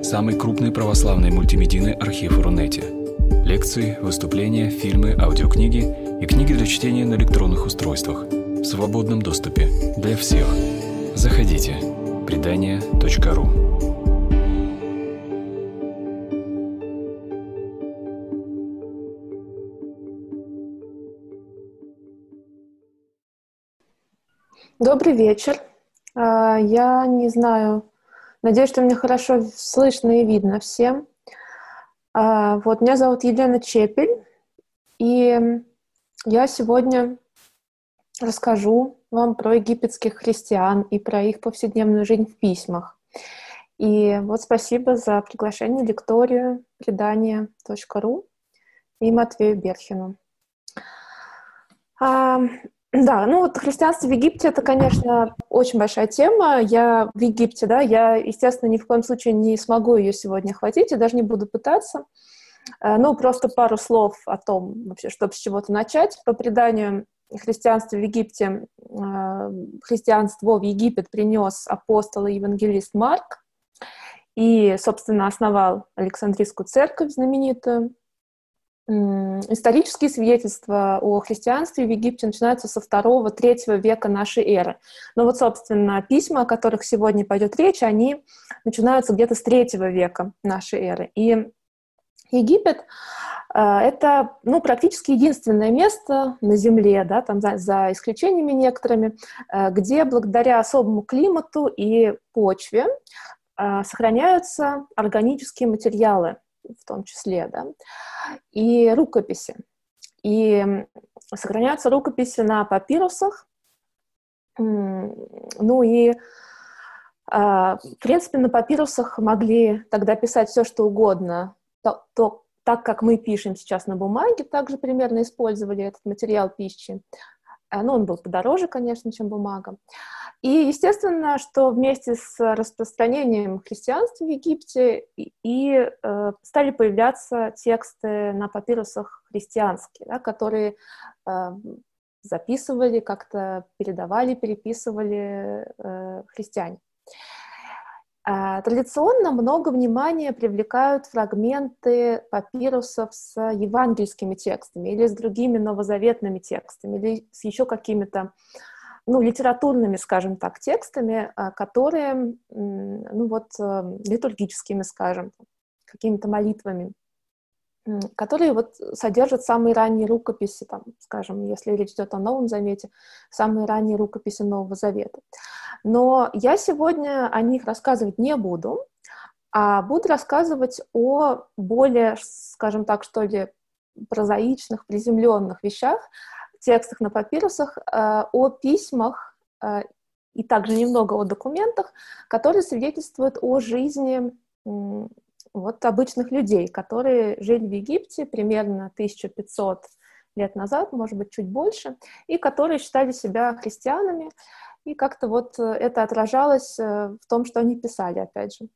самый крупный православный мультимедийный архив Рунете. Лекции, выступления, фильмы, аудиокниги и книги для чтения на электронных устройствах в свободном доступе для всех. Заходите. Предания.ру. Добрый вечер. Я не знаю, надеюсь, что меня хорошо слышно и видно всем. Меня зовут Елена Чепель, и я сегодня расскажу вам про египетских христиан и про их повседневную жизнь в письмах. И спасибо за приглашение лекторию Предания.ру и Матвею Берхину. Христианство в Египте — это, конечно, очень большая тема. Я в Египте, я, естественно, ни в коем случае не смогу ее сегодня охватить и даже не буду пытаться. Просто пару слов о том, вообще, чтобы с чего-то начать. По преданию, христианство в Египте, христианство в Египет принес апостол и евангелист Марк и, собственно, основал Александрийскую церковь знаменитую. Исторические свидетельства о христианстве в Египте начинаются со 2-3 века нашей эры. Собственно, письма, о которых сегодня пойдет речь, они начинаются где-то с 3 века нашей эры. И Египет — это практически единственное место на Земле, там за исключениями некоторыми, где благодаря особому климату и почве сохраняются органические материалы, в том числе, и рукописи. И сохраняются рукописи на папирусах. В принципе, на папирусах могли тогда писать все, что угодно. Так как мы пишем сейчас на бумаге, также примерно использовали этот материал пищи. Он был подороже, конечно, чем бумага. И, естественно, что вместе с распространением христианства в Египте стали появляться тексты на папирусах христианские, которые записывали, как-то передавали, переписывали христиане. Традиционно много внимания привлекают фрагменты папирусов с евангельскими текстами или с другими новозаветными текстами, или с еще какими-то литературными, скажем так, текстами, которые, литургическими, скажем, какими-то молитвами, которые содержат самые ранние рукописи, скажем, если речь идет о Новом Завете, самые ранние рукописи Нового Завета. Но я сегодня о них рассказывать не буду, а буду рассказывать о более, скажем так, прозаичных, приземленных вещах, текстах на папирусах, о письмах и также немного о документах, которые свидетельствуют о жизни обычных людей, которые жили в Египте примерно 1500 лет назад, может быть, чуть больше, и которые считали себя христианами, и как-то это отражалось в том, что они писали, опять же.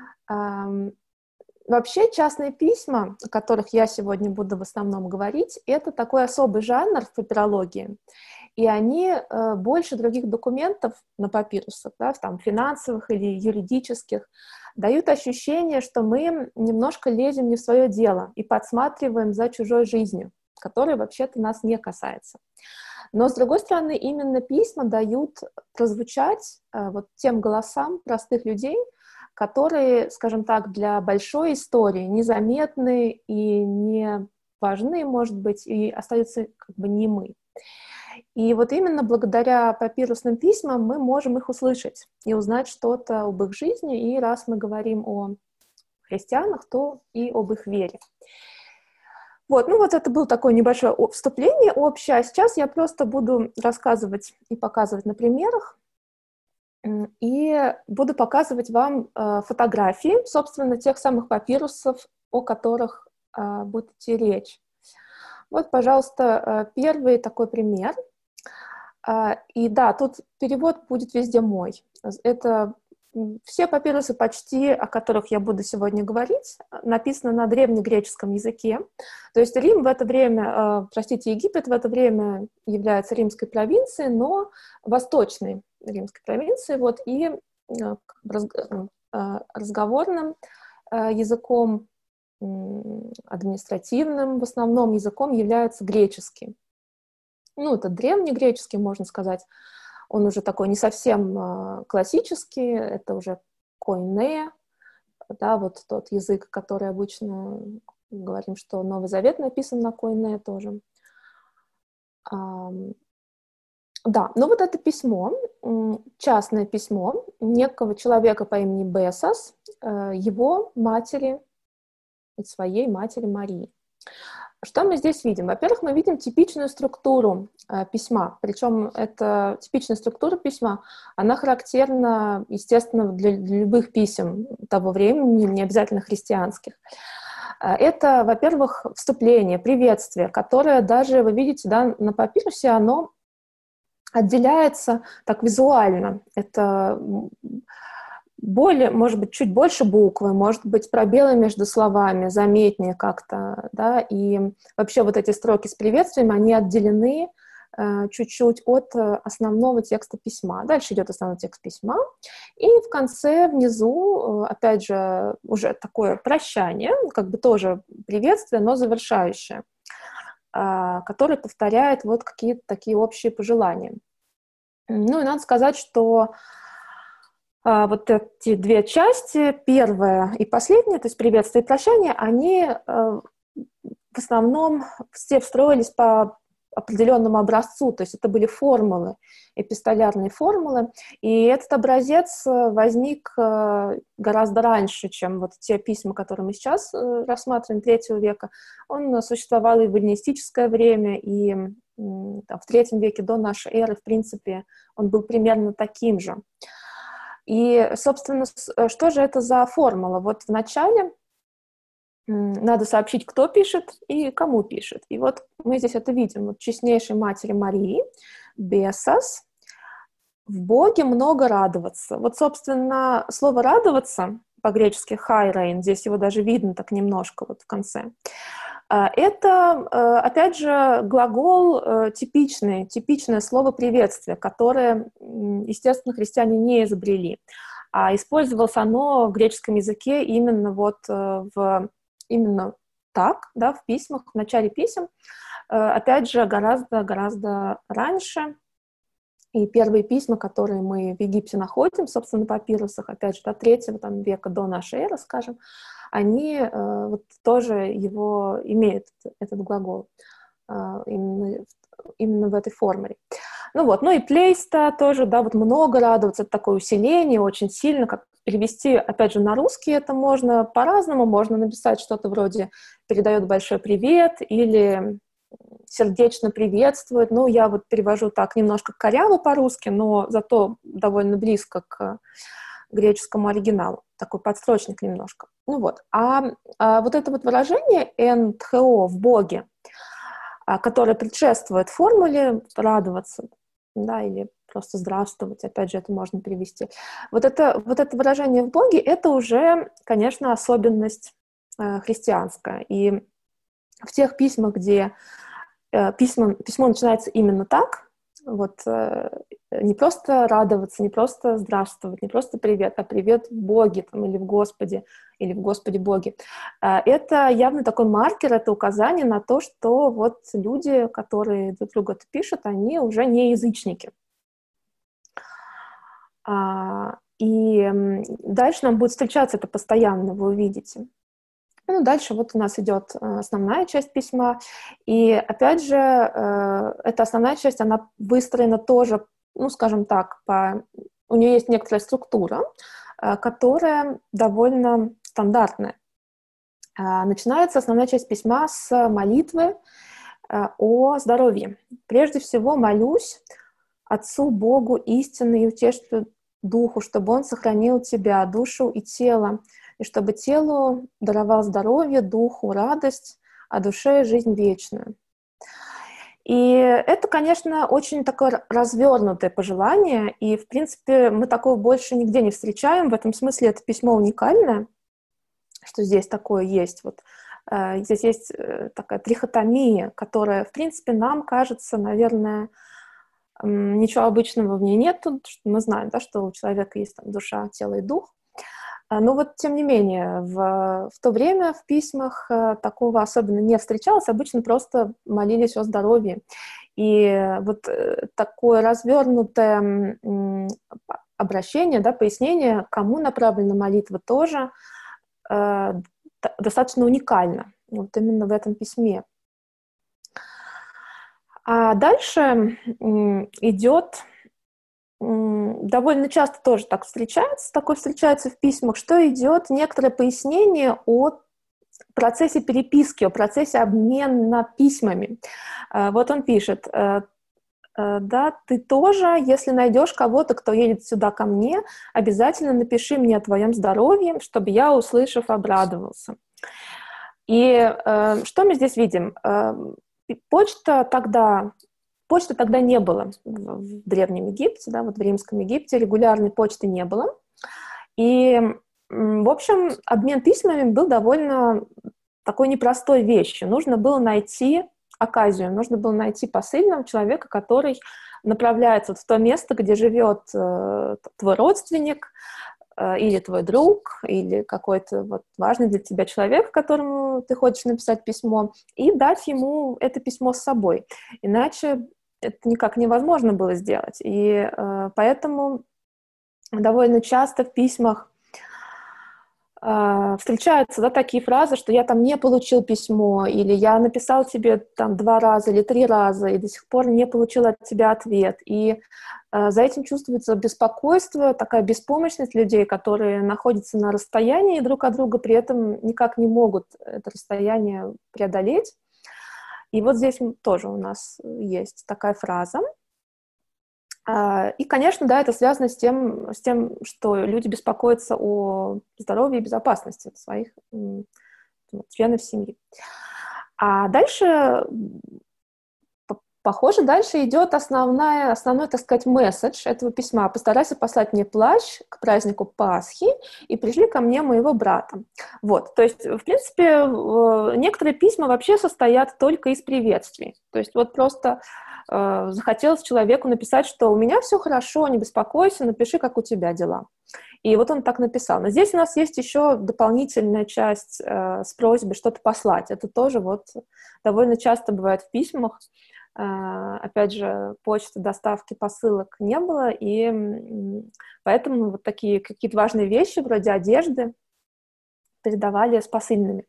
Вообще, частные письма, о которых я сегодня буду в основном говорить, это такой особый жанр в папирологии, и они больше других документов на папирусах, финансовых или юридических, дают ощущение, что мы немножко лезем не в свое дело и подсматриваем за чужой жизнью, которая вообще-то нас не касается. Но, с другой стороны, именно письма дают прозвучать тем голосам простых людей, которые, скажем так, для большой истории незаметны и не важны, может быть, и остаются немы. И именно благодаря папирусным письмам мы можем их услышать и узнать что-то об их жизни, и раз мы говорим о христианах, то и об их вере. Это было такое небольшое вступление общее, а сейчас я просто буду рассказывать и показывать на примерах, и буду показывать вам фотографии, собственно, тех самых папирусов, о которых будет идти речь. Пожалуйста, первый такой пример. И тут перевод будет везде мой. Это все папирусы почти, о которых я буду сегодня говорить, написаны на древнегреческом языке. То есть Рим в это время, Египет в это время является римской провинцией, но восточной римской провинцией, и разговорным языком административным, в основном языком является греческий. Ну, это древнегреческий, можно сказать. Он уже такой не совсем классический, это уже Коинея, да, вот тот язык, который обычно говорим, что Новый Завет написан на Коинея тоже. Да, но вот это письмо, частное письмо некого человека по имени Бесос, его матери, своей матери Марии. Что мы здесь видим? Во-первых, мы видим типичную структуру письма, причем эта типичная структура письма, она характерна, естественно, для любых писем того времени, не обязательно христианских. Это, во-первых, вступление, приветствие, которое даже, вы видите, да, на папирусе оно отделяется так визуально. Это более, может быть, чуть больше буквы, может быть, пробелы между словами, заметнее как-то, да, и вообще вот эти строки с приветствием, они отделены чуть-чуть от основного текста письма. Дальше идет основной текст письма, и в конце, внизу, опять же, уже такое прощание, как бы тоже приветствие, но завершающее, которое повторяет вот какие-то такие общие пожелания. Ну и надо сказать, что вот эти две части, первая и последняя, то есть приветствие и прощание, они в основном все встроились по определенному образцу, то есть это были формулы, эпистолярные формулы, и этот образец возник гораздо раньше, чем вот те письма, которые мы сейчас рассматриваем, III века. Он существовал и в эллинистическое время, и там, в III веке до нашей эры, в принципе, он был примерно таким же. И, собственно, что же это за формула? Вот вначале надо сообщить, кто пишет и кому пишет. И вот мы здесь это видим. Вот честнейшей матери Марии, Бесос, в Боге много радоваться. Вот, собственно, слово «радоваться» по-гречески «хайрейн», здесь его даже видно так немножко вот в конце. Это, опять же, глагол типичное слово «приветствие», которое, естественно, христиане не изобрели. А использовалось оно в греческом языке именно вот именно так, да, в письмах, в начале писем, опять же, гораздо раньше. И первые письма, которые мы в Египте находим, собственно, на папирусах, опять же, до III века до нашей эры, скажем, они вот тоже его имеют, этот глагол, именно в этой формуле. Ну вот, ну и плейста тоже, да, вот много радоваться, это такое усиление, очень сильно, как перевести, опять же, на русский это можно по-разному, можно написать что-то вроде «передает большой привет» или «сердечно приветствует». Ну, я вот перевожу так немножко коряво по-русски, но зато довольно близко к греческому оригиналу, такой подстрочник немножко. Ну вот, вот это вот выражение «эн тхео» в Боге, которое предшествует формуле «радоваться», да, или просто «здравствовать», опять же, это можно перевести. Вот это выражение «в Боге» — это уже, конечно, особенность христианская. И в тех письмах, где письмо начинается именно так, вот не просто радоваться, не просто здравствовать, не просто привет, а привет в Боге там, или в Господе Боге. Это явно такой маркер, это указание на то, что вот люди, которые друг другу это пишут, они уже не язычники. И дальше нам будет встречаться это постоянно, вы увидите. Ну, дальше вот у нас идет основная часть письма, и опять же, эта основная часть, она выстроена тоже, ну, скажем так, у нее есть некоторая структура, которая довольно стандартная. Начинается основная часть письма с молитвы о здоровье. Прежде всего, молюсь Отцу Богу истины и утешителю Духу, чтобы Он сохранил тебя, душу и тело, и чтобы телу даровал здоровье, духу радость, а душе жизнь вечную. И это, конечно, очень такое развернутое пожелание, и, в принципе, мы такого больше нигде не встречаем. В этом смысле это письмо уникальное, что здесь такое есть. Вот, здесь есть такая трихотомия, которая, в принципе, нам кажется, наверное, ничего обычного в ней нет. Мы знаем, да, что у человека есть там душа, тело и дух. Ну вот, тем не менее, в то время в письмах такого особенно не встречалось, обычно просто молились о здоровье. И вот такое развернутое обращение, да, пояснение, кому направлена молитва, тоже достаточно уникально, вот именно в этом письме. А дальше идет, довольно часто тоже так встречается, такое встречается в письмах, что идет некоторое пояснение о процессе переписки, о процессе обмена письмами. Вот он пишет: да, ты тоже, если найдешь кого-то, кто едет сюда ко мне, обязательно напиши мне о твоем здоровье, чтобы я, услышав, обрадовался. И что мы здесь видим? Почты тогда не было в Древнем Египте, да, вот в Римском Египте регулярной почты не было. И, в общем, обмен письмами был довольно такой непростой вещью. Нужно было найти оказию, нужно было найти посыльного человека, который направляется вот в то место, где живет твой родственник, или твой друг, или какой-то вот важный для тебя человек, которому ты хочешь написать письмо, и дать ему это письмо с собой. Иначе это никак невозможно было сделать. И поэтому довольно часто в письмах встречаются, да, такие фразы, что я там не получил письмо, или я написал тебе там 2 раза или 3 раза, и до сих пор не получил от тебя ответ. И за этим чувствуется беспокойство, такая беспомощность людей, которые находятся на расстоянии друг от друга, при этом никак не могут это расстояние преодолеть. И вот здесь тоже у нас есть такая фраза. И, конечно, да, это связано с тем, что люди беспокоятся о здоровье и безопасности своих членов семьи. А дальше, похоже, дальше идет основной, так сказать, месседж этого письма. «Постарайся послать мне плащ к празднику Пасхи и пришли ко мне моего брата». Вот, то есть, в принципе, некоторые письма вообще состоят только из приветствий. То есть вот просто захотелось человеку написать, что у меня все хорошо, не беспокойся, напиши, как у тебя дела. И вот он так написал. Но здесь у нас есть еще дополнительная часть с просьбой что-то послать. Это тоже вот довольно часто бывает в письмах. Опять же, почты, доставки, посылок не было, и поэтому вот такие какие-то важные вещи, вроде одежды, передавали с посыльными.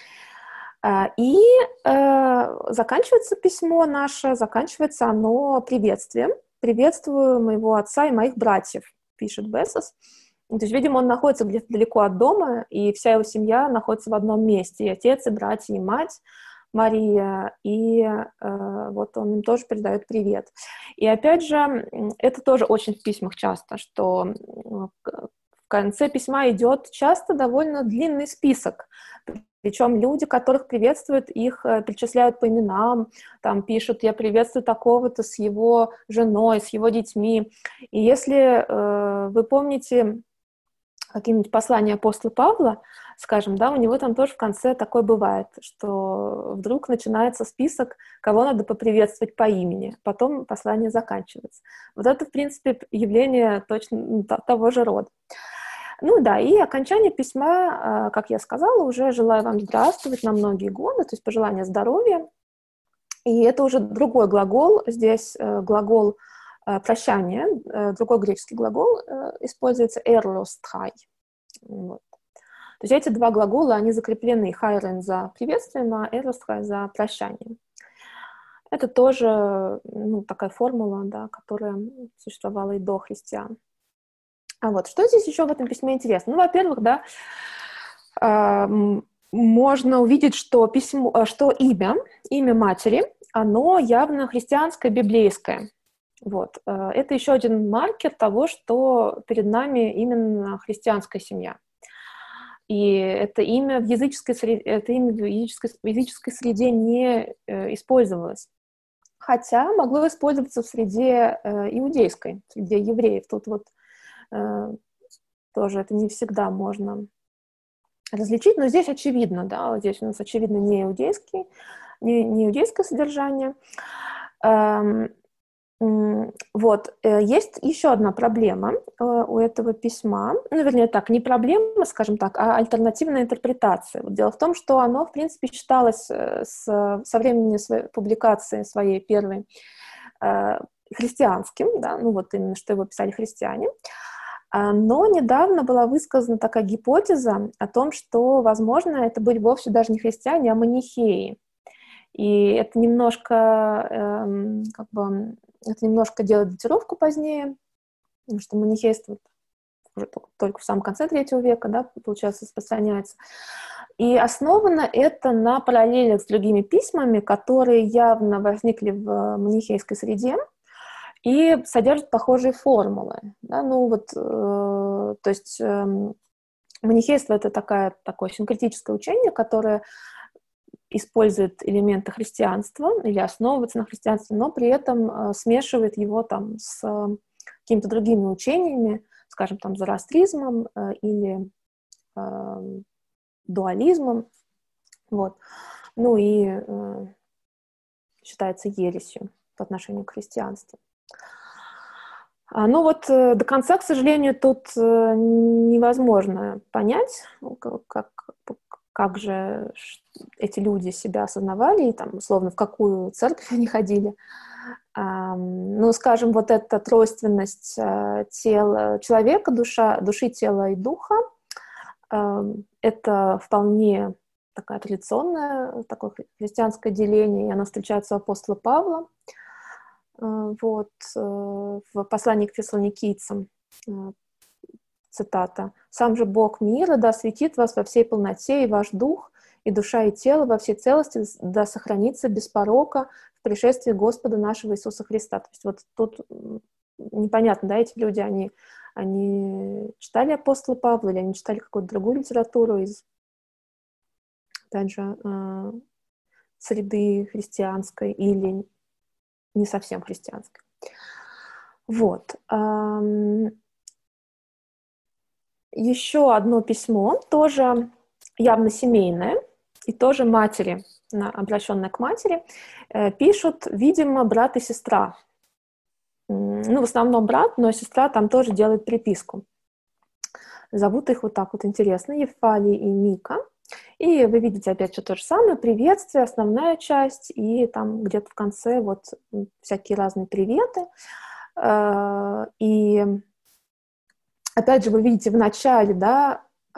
И заканчивается письмо наше, заканчивается оно приветствием. «Приветствую моего отца и моих братьев», пишет Бесос. То есть, видимо, он находится где-то далеко от дома, и вся его семья находится в одном месте. И отец, и братья, и мать Мария, и вот он им тоже передает привет. И опять же, это тоже очень в письмах часто, что в конце письма идет часто довольно длинный список. Причем люди, которых приветствуют, их перечисляют по именам, там пишут: «Я приветствую такого-то с его женой, с его детьми». И если вы помните какие-нибудь послания апостола Павла, скажем, да, у него там тоже в конце такое бывает, что вдруг начинается список, кого надо поприветствовать по имени, потом послание заканчивается. Вот это, в принципе, явление точно того же рода. Ну да, и окончание письма, как я сказала, уже «желаю вам здравствовать на многие годы», то есть пожелание здоровья. И это уже другой глагол, здесь глагол прощания, другой греческий глагол используется «эрлострай». Вот. То есть эти два глагола, они закреплены: «хайрен» за приветствием, а «эрлострай» за прощанием. Это тоже такая формула, да, которая существовала и до христиан. А вот что здесь еще в этом письме интересно? Ну, во-первых, да, можно увидеть, что имя матери, оно явно христианское, библейское. Вот. Это еще один маркер того, что перед нами именно христианская семья. И это имя в языческой среде не использовалось. Хотя могло использоваться в среде иудейской, в среде евреев. Тут вот тоже это не всегда можно различить, но здесь очевидно, да, здесь у нас очевидно не иудейское содержание. Вот, есть еще одна проблема у этого письма, ну, вернее так, не проблема, скажем так, а альтернативная интерпретация. Вот дело в том, что оно, в принципе, считалось со времени своей публикации своей первой христианским, да, ну вот именно, что его писали христиане, но недавно была высказана такая гипотеза о том, что, возможно, это были вовсе даже не христиане, а манихеи. И это немножко, это немножко делает датировку позднее, потому что манихейство уже только в самом конце III века, да, получается, распространяется. И основано это на параллелях с другими письмами, которые явно возникли в манихейской среде и содержат похожие формулы. Да? Ну вот, то есть манихейство — это такое синкретическое учение, которое использует элементы христианства или основывается на христианстве, но при этом смешивает его там с какими-то другими учениями, скажем, там, зороастризмом или дуализмом. Вот. Ну и считается ересью по отношению к христианству. Ну вот до конца, к сожалению, тут невозможно понять, как же эти люди себя осознавали, и там, условно, в какую церковь они ходили. Ну, скажем, вот эта тройственность тела человека, души, тела и духа, это вполне такое традиционное, такое христианское деление, и оно встречается у апостола Павла. Вот, в послании к фессалоникийцам, цитата: «Сам же Бог мира да осветит вас во всей полноте, и ваш дух, и душа, и тело во всей целости да сохранится без порока в пришествии Господа нашего Иисуса Христа». То есть вот тут непонятно, да, эти люди, они читали апостола Павла, или они читали какую-то другую литературу из, опять же, среды христианской, или не совсем христианской. Вот. Еще одно письмо, тоже явно семейное, и тоже матери, обращенное к матери, пишут, видимо, брат и сестра. Ну, в основном брат, но сестра там тоже делает приписку. Зовут их вот так вот интересно: Ефалий и Мика. И вы видите опять все то же самое: приветствие, основная часть, и там где-то в конце вот всякие разные приветы. И опять же вы видите в начале, да,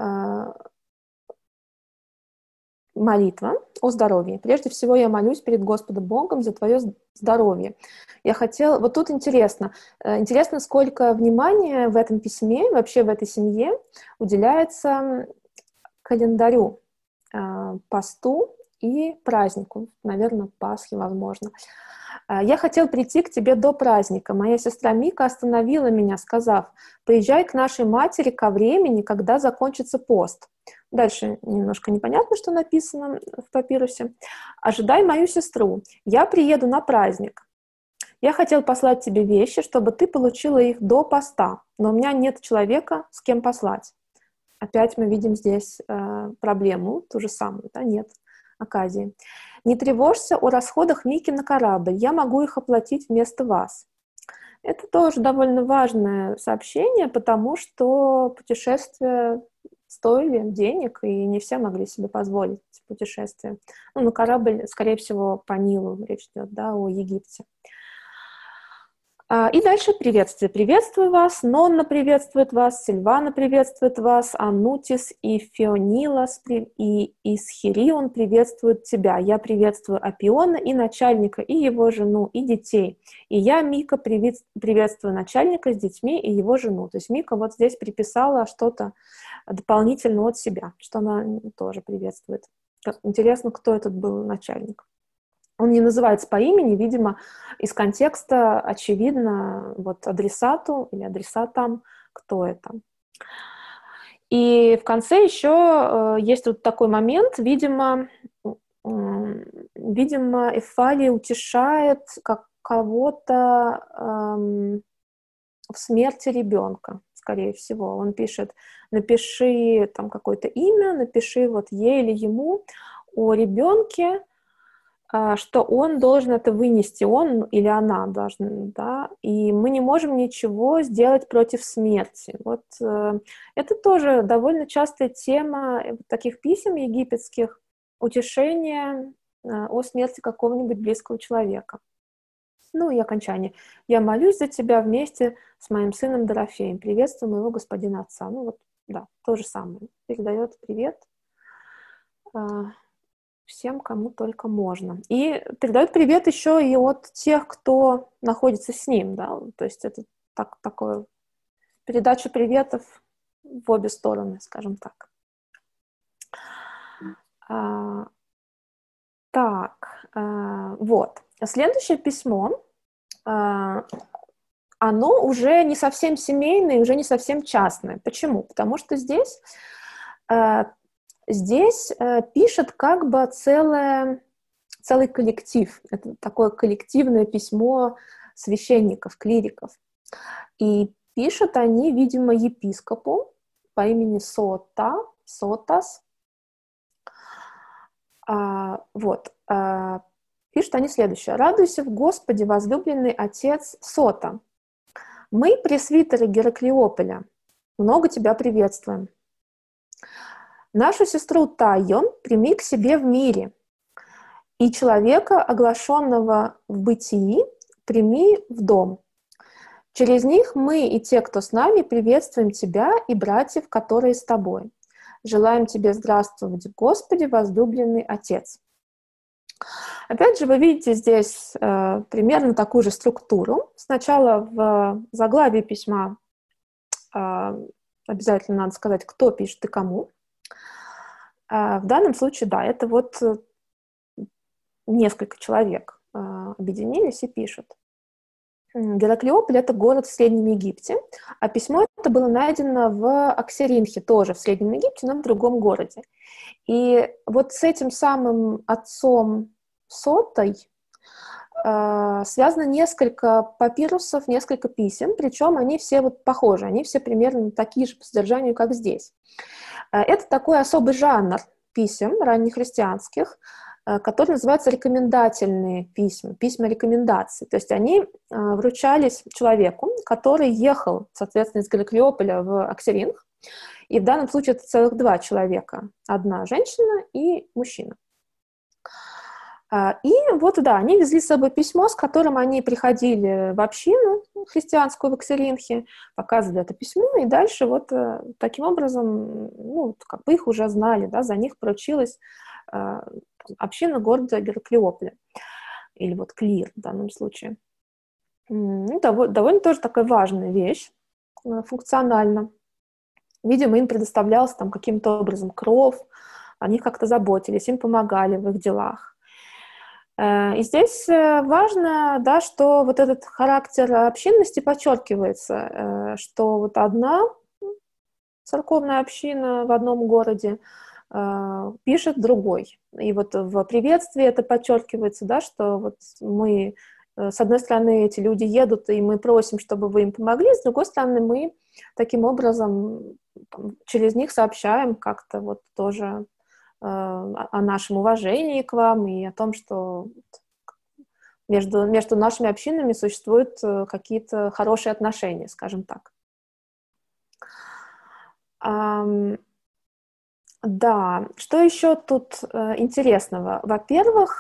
молитва о здоровье. Прежде всего я молюсь перед Господом Богом за твое здоровье. Я хотела... Вот тут интересно, сколько внимания в этом письме, вообще в этой семье уделяется календарю, посту и празднику. Наверное, Пасхе, возможно. «Я хотел прийти к тебе до праздника. Моя сестра Мика остановила меня, сказав: поезжай к нашей матери ко времени, когда закончится пост». Дальше немножко непонятно, что написано в папирусе. «Ожидай мою сестру. Я приеду на праздник. Я хотел послать тебе вещи, чтобы ты получила их до поста, но у меня нет человека, с кем послать». Опять мы видим здесь проблему, ту же самую, да, нет оказии. «Не тревожься о расходах Мики на корабль, я могу их оплатить вместо вас». Это тоже довольно важное сообщение, потому что путешествия стоили денег, и не все могли себе позволить путешествие. Ну, на корабль, скорее всего, по Нилу речь идет, да, о Египте. И дальше приветствие. «Приветствую вас», «Нонна приветствует вас», «Сильвана приветствует вас», «Анутис» и «Фионилас» и «Исхирион» приветствуют тебя. «Я приветствую Апиона и начальника, и его жену, и детей. И я, Мика, приветствую начальника с детьми и его жену». То есть Мика вот здесь приписала что-то дополнительно от себя, что она тоже приветствует. Интересно, кто этот был начальник. Он не называется по имени, видимо, из контекста очевидно вот адресату или адресатам, кто это. И в конце еще есть вот такой момент, видимо, Ефалий утешает кого-то в смерти ребенка, скорее всего. Он пишет: напиши там какое-то имя, напиши вот ей или ему о ребенке, что он должен это вынести, он или она должны, да, и мы не можем ничего сделать против смерти. Вот это тоже довольно частая тема таких писем египетских, утешение о смерти какого-нибудь близкого человека. Ну и окончание. «Я молюсь за тебя вместе с моим сыном Дорофеем. Приветствую моего господина отца». Ну вот, да, то же самое. Передает привет всем, кому только можно. И передает привет еще и от тех, кто находится с ним, да, то есть это такое передача приветов в обе стороны, скажем так. Вот. Следующее письмо, оно уже не совсем семейное, уже не совсем частное. Почему? Потому что здесь пишет как бы целый коллектив. Это такое коллективное письмо священников, клириков. И пишут они, видимо, епископу по имени Сотас. Пишут они следующее. «Радуйся в Господе, возлюбленный отец Сота. Мы, пресвитеры Гераклиополя, много тебя приветствуем. Нашу сестру Тайон прими к себе в мире, и человека, оглашенного в бытии, прими в дом. Через них мы и те, кто с нами, приветствуем тебя и братьев, которые с тобой. Желаем тебе здравствовать в Господе, возлюбленный Отец». Опять же, вы видите здесь примерно такую же структуру. Сначала в заглавии письма обязательно надо сказать, кто пишет и кому. В данном случае, да, это вот несколько человек объединились и пишут. Гераклиополь — это город в Среднем Египте, а письмо это было найдено в Аксеринхе, тоже в Среднем Египте, но в другом городе. И вот с этим самым отцом Сотой связано несколько папирусов, несколько писем, причем они все вот похожи, они все примерно такие же по содержанию, как здесь. Это такой особый жанр писем раннехристианских, который называется рекомендательные письма, письма рекомендаций. То есть они вручались человеку, который ехал, соответственно, из Гераклиополя в Аксеринх, и в данном случае это целых два человека, одна женщина и мужчина. И вот, да, они везли с собой письмо, с которым они приходили в общину христианскую в Аксеринхе, показывали это письмо, и дальше вот таким образом, ну, как бы их уже знали, да, за них поручилась община города Гераклиополя, или вот клир в данном случае. Ну, довольно тоже такая важная вещь, функционально. Видимо, им предоставлялся там каким-то образом кров, о них как-то заботились, им помогали в их делах. И здесь важно, да, что вот этот характер общинности подчеркивается, что вот одна церковная община в одном городе пишет другой. И вот в приветствии это подчеркивается, да, что вот мы, с одной стороны, эти люди едут, и мы просим, чтобы вы им помогли, с другой стороны, мы таким образом через них сообщаем как-то вот тоже о нашем уважении к вам и о том, что между нашими общинами существуют какие-то хорошие отношения, скажем так. Да, что еще тут интересного? Во-первых,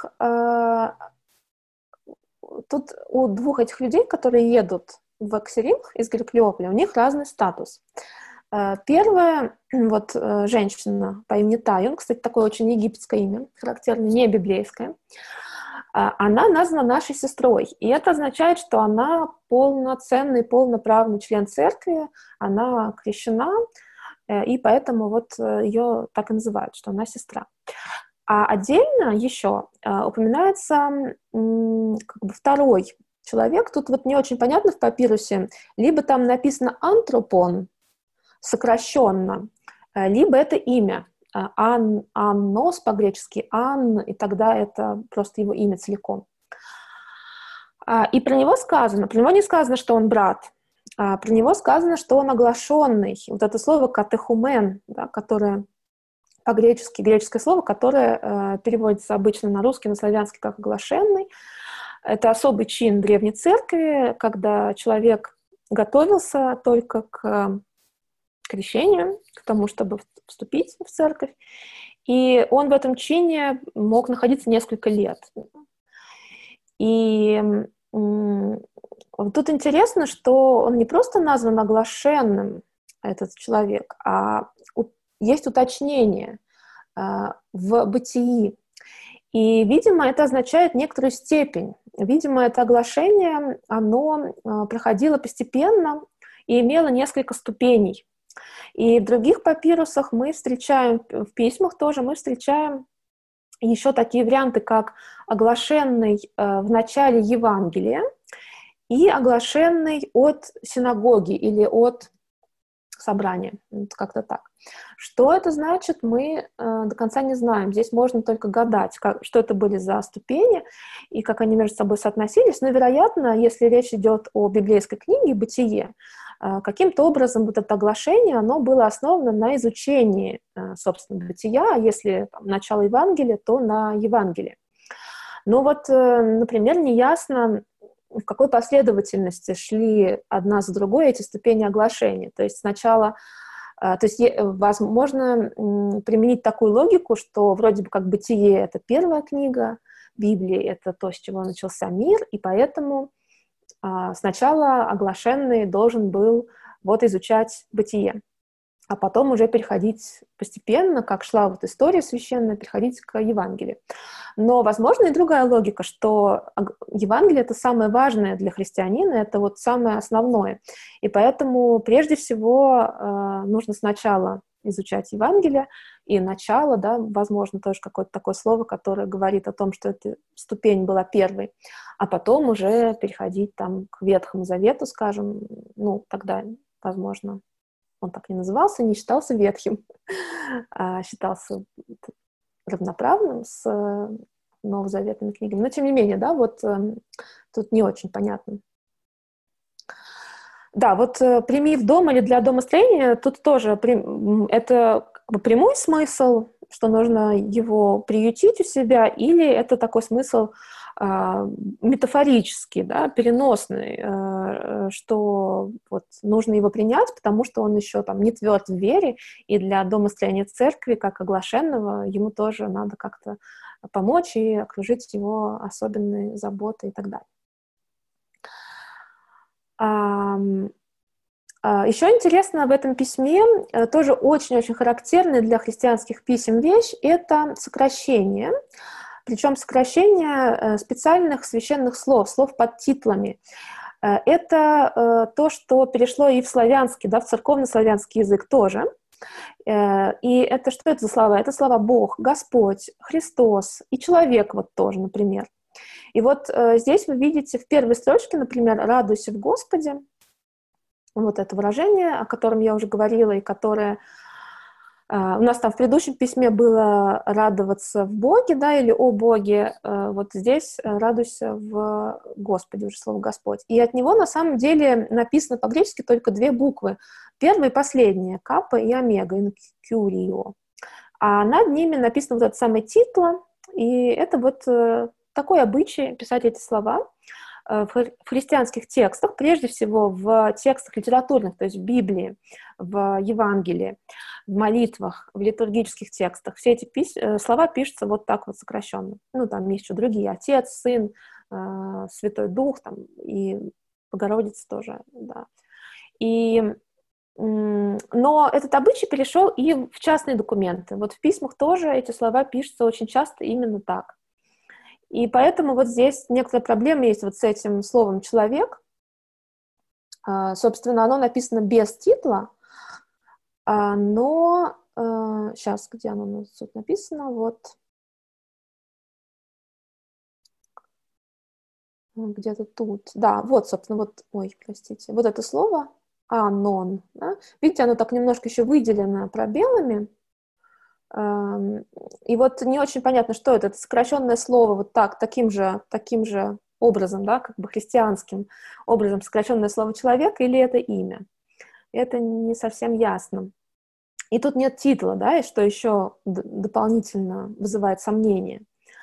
тут у двух этих людей, которые едут в Аксеринх из Гераклиополя, у них разный статус. Первая, вот женщина по имени Тайон, кстати, такое очень египетское имя, характерное, не библейское, она названа нашей сестрой, и это означает, что она полноценный, полноправный член церкви, она крещена, и поэтому вот ее так и называют, что она сестра. А отдельно еще упоминается как бы второй человек, тут вот не очень понятно в папирусе, либо там написано антропон, сокращенно, либо это имя, Аннос по-гречески, Ан, и тогда это просто его имя целиком. И про него не сказано, что он брат, про него сказано, что он оглашенный. Вот это слово катехумен, да, которое по-гречески, греческое слово, которое переводится обычно на русский, на славянский как оглашенный. Это особый чин Древней Церкви, когда человек готовился только к крещению, к тому, чтобы вступить в церковь, и он в этом чине мог находиться несколько лет. И тут интересно, что он не просто назван оглашенным, этот человек, а есть уточнение в бытии. И, видимо, это означает некоторую степень. Видимо, это оглашение, оно проходило постепенно и имело несколько ступеней. И в других папирусах мы встречаем, в письмах тоже мы встречаем еще такие варианты, как оглашенный в начале Евангелия и оглашенный от синагоги или от собрания. Как-то так. Что это значит, мы до конца не знаем. Здесь можно только гадать, что это были за ступени и как они между собой соотносились. Но, вероятно, если речь идет о библейской книге «Бытие», каким-то образом вот это оглашение, оно было основано на изучении, собственно, бытия, а если начало Евангелия, то на Евангелии. Но вот, например, неясно, в какой последовательности шли одна за другой эти ступени оглашения. То есть сначала, то есть возможно применить такую логику, что вроде бы как «Бытие» — это первая книга Библии, это то, с чего начался мир, и поэтому сначала оглашенный должен был вот изучать «Бытие», а потом уже переходить постепенно, как шла вот история священная, переходить к Евангелию. Но, возможно, и другая логика, что Евангелие — это самое важное для христианина, это вот самое основное. И поэтому прежде всего нужно сначала изучать Евангелие, и начало, да, возможно, тоже какое-то такое слово, которое говорит о том, что эта ступень была первой, а потом уже переходить там к Ветхому Завету, скажем, ну, тогда, возможно, он так не назывался, не считался ветхим, а считался равноправным с новозаветными книгами. Но, тем не менее, да, вот тут не очень понятно. Да, вот «прими в дом» или «для домостроения» тут тоже это как бы прямой смысл, что нужно его приютить у себя, или это такой смысл метафорический, да, переносный, что вот нужно его принять, потому что он еще там не тверд в вере, и для домостроения церкви, как оглашенного, ему тоже надо как-то помочь и окружить его особенной заботой и так далее. Еще интересно в этом письме, тоже очень-очень характерная для христианских писем вещь, это сокращение, причем сокращение специальных священных слов, слов под титлами. Это то, что перешло и в славянский, да, в церковно-славянский язык тоже. И это что это за слова? Это слова Бог, Господь, Христос и человек вот тоже, например. И вот здесь вы видите в первой строчке, например, «Радуйся в Господе». Вот это выражение, о котором я уже говорила, и которое у нас там в предыдущем письме было «радоваться в Боге», да, или «о Боге». Вот здесь «радуйся в Господе», уже слово «Господь». И от него на самом деле написано по-гречески только две буквы. Первая и последняя — «капа» и «омега», «кюрио». А над ними написано вот это самое «титла», и это вот такой обычай писать эти слова в христианских текстах, прежде всего в текстах литературных, то есть в Библии, в Евангелии, в молитвах, в литургических текстах. Все эти слова пишутся вот так вот сокращенно. Ну, там есть еще другие: Отец, Сын, Святой Дух, там, и Богородица тоже, да. Но этот обычай перешел и в частные документы. Вот в письмах тоже эти слова пишутся очень часто именно так. И поэтому вот здесь некоторая проблема есть вот с этим словом «человек». Собственно, оно написано без титла, но сейчас, где оно у нас тут написано, вот где-то тут, да, вот, собственно, вот, ой, простите, вот это слово «анон», да? Видите, оно так немножко еще выделено пробелами, и вот не очень понятно, что это сокращенное слово вот так, таким же образом, да, как бы христианским образом сокращенное слово «человек» или это имя. Это не совсем ясно. И тут нет титула, да, и что еще дополнительно вызывает сомнения.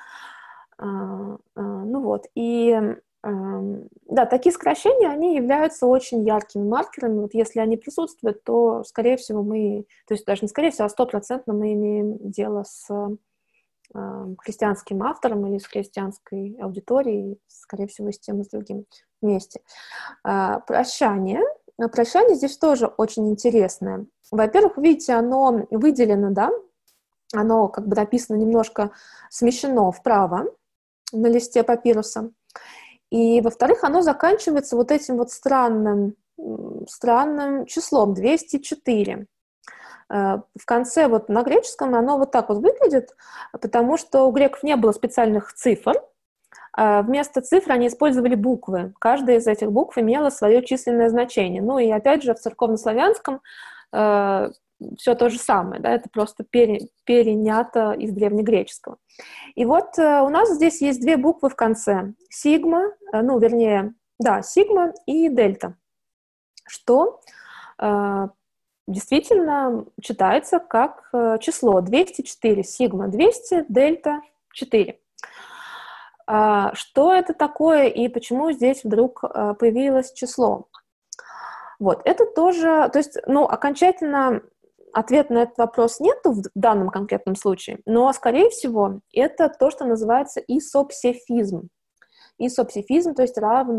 Ну вот, и да, такие сокращения, они являются очень яркими маркерами. Вот если они присутствуют, то, скорее всего, то есть даже не скорее всего, а 100% мы имеем дело с христианским автором или с христианской аудиторией, скорее всего, с тем и с другим вместе. Прощание. Прощание здесь тоже очень интересное. Во-первых, видите, оно выделено, да, оно как бы написано немножко смещено вправо на листе папируса. И, во-вторых, оно заканчивается вот этим вот странным числом 204. В конце вот на греческом оно вот так вот выглядит, потому что у греков не было специальных цифр. Вместо цифр они использовали буквы. Каждая из этих букв имела свое численное значение. Ну и опять же в церковнославянском все то же самое, да, это просто перенято из древнегреческого. И вот у нас здесь есть две буквы в конце. Сигма, сигма и дельта, что действительно читается как число 204, сигма 200, дельта 4. Что это такое и почему здесь вдруг появилось число? Вот, это тоже, то есть, окончательно ответа на этот вопрос нету в данном конкретном случае, но, скорее всего, это то, что называется исопсефизм. Исопсефизм, то есть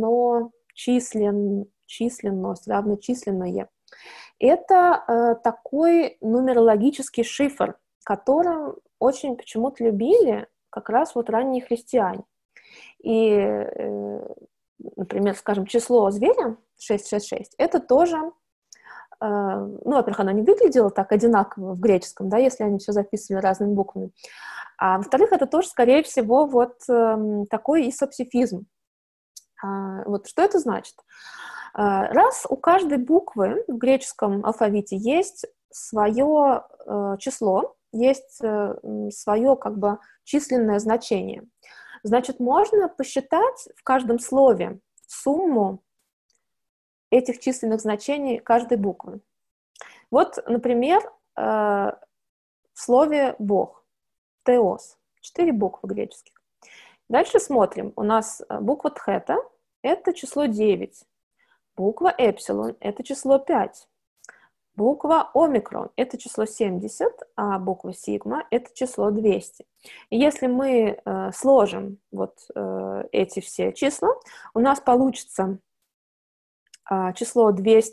равночисленность, равночисленное. Это такой нумерологический шифр, которым очень почему-то любили как раз вот ранние христиане. И, например, скажем, число зверя 666, это тоже, во-первых, оно не выглядело так одинаково в греческом, да, если они все записывали разными буквами, а во-вторых, это тоже, скорее всего, вот такой исопсефизм. Вот что это значит? Раз у каждой буквы в греческом алфавите есть свое число, есть свое как бы численное значение, значит, можно посчитать в каждом слове сумму этих численных значений каждой буквы. Вот, например, в слове «бог», «теос», 4 буквы греческих. Дальше смотрим. У нас буква «тхета» — это число 9. Буква «эпсилон» — это число 5. Буква «омикрон» — это число 70, а буква «сигма» — это число 200. И если мы сложим вот эти все числа, у нас получится число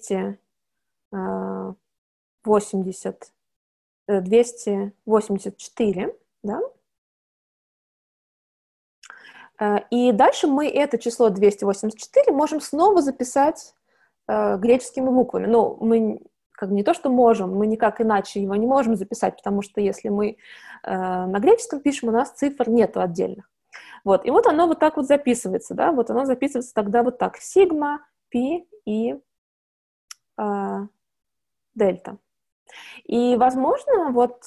284, да? И дальше мы это число 284 можем снова записать греческими буквами. Но мы как бы не то, что можем, мы никак иначе его не можем записать, потому что если мы на греческом пишем, у нас цифр нету отдельных. Вот. И вот оно вот так вот записывается, да, вот оно записывается тогда вот так. Сигма, пи и дельта. И, возможно, вот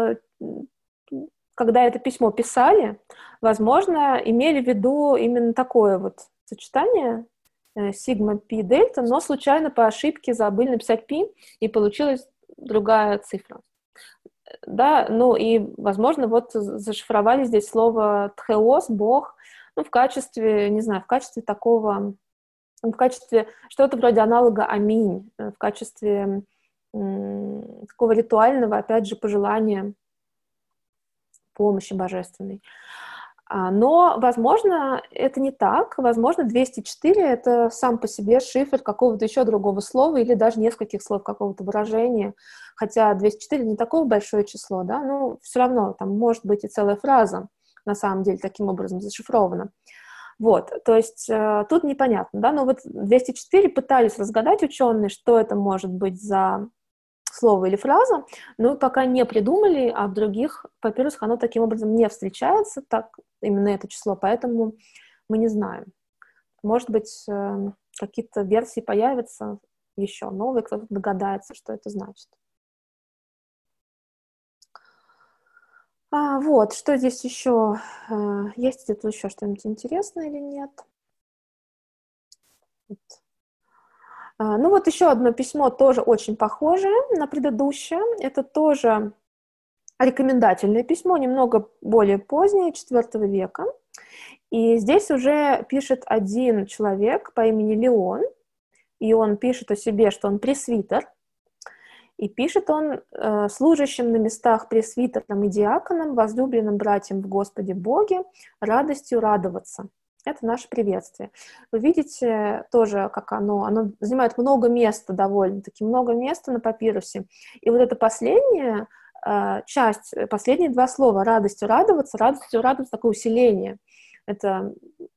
когда это письмо писали, возможно, имели в виду именно такое вот сочетание сигма, пи, дельта, но случайно по ошибке забыли написать пи, и получилась другая цифра. Да, ну и, возможно, вот зашифровали здесь слово тхеос, бог, ну, в качестве, не знаю, в качестве такого, в качестве что-то вроде аналога аминь, в качестве такого ритуального, опять же, пожелания помощи божественной. Но, возможно, это не так. Возможно, 204 — это сам по себе шифр какого-то еще другого слова или даже нескольких слов, какого-то выражения. Хотя 204 не такое большое число, да, но все равно там может быть и целая фраза на самом деле таким образом зашифрована. Вот, то есть тут непонятно, да, но вот 204 пытались разгадать ученые, что это может быть за слово или фраза, но пока не придумали, а в других папирусах оно таким образом не встречается, так именно это число, поэтому мы не знаем. Может быть, какие-то версии появятся еще новые, кто-то догадается, что это значит. Вот, что здесь еще? Есть где-то еще что-нибудь интересное или нет? Ну вот еще одно письмо, тоже очень похожее на предыдущее. Это тоже рекомендательное письмо, немного более позднее, IV века. И здесь уже пишет один человек по имени Леон, и он пишет о себе, что он пресвитер, и пишет он служащим на местах пресвитером и диаконом, возлюбленным братьям в Господе Боге, радостью радоваться. Это наше приветствие. Вы видите тоже, как оно занимает много места довольно-таки, много места на папирусе. И вот эта последняя часть, последние два слова радостью радоваться, такое усиление. Это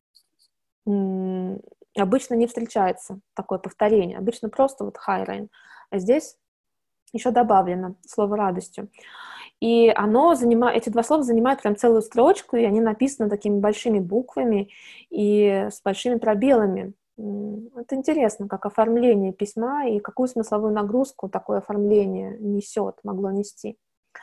обычно не встречается, такое повторение. Обычно просто вот хайрайн. А здесь еще добавлено слово радостью. И эти два слова занимают прям целую строчку, и они написаны такими большими буквами и с большими пробелами. Это интересно, как оформление письма и какую смысловую нагрузку такое оформление могло нести.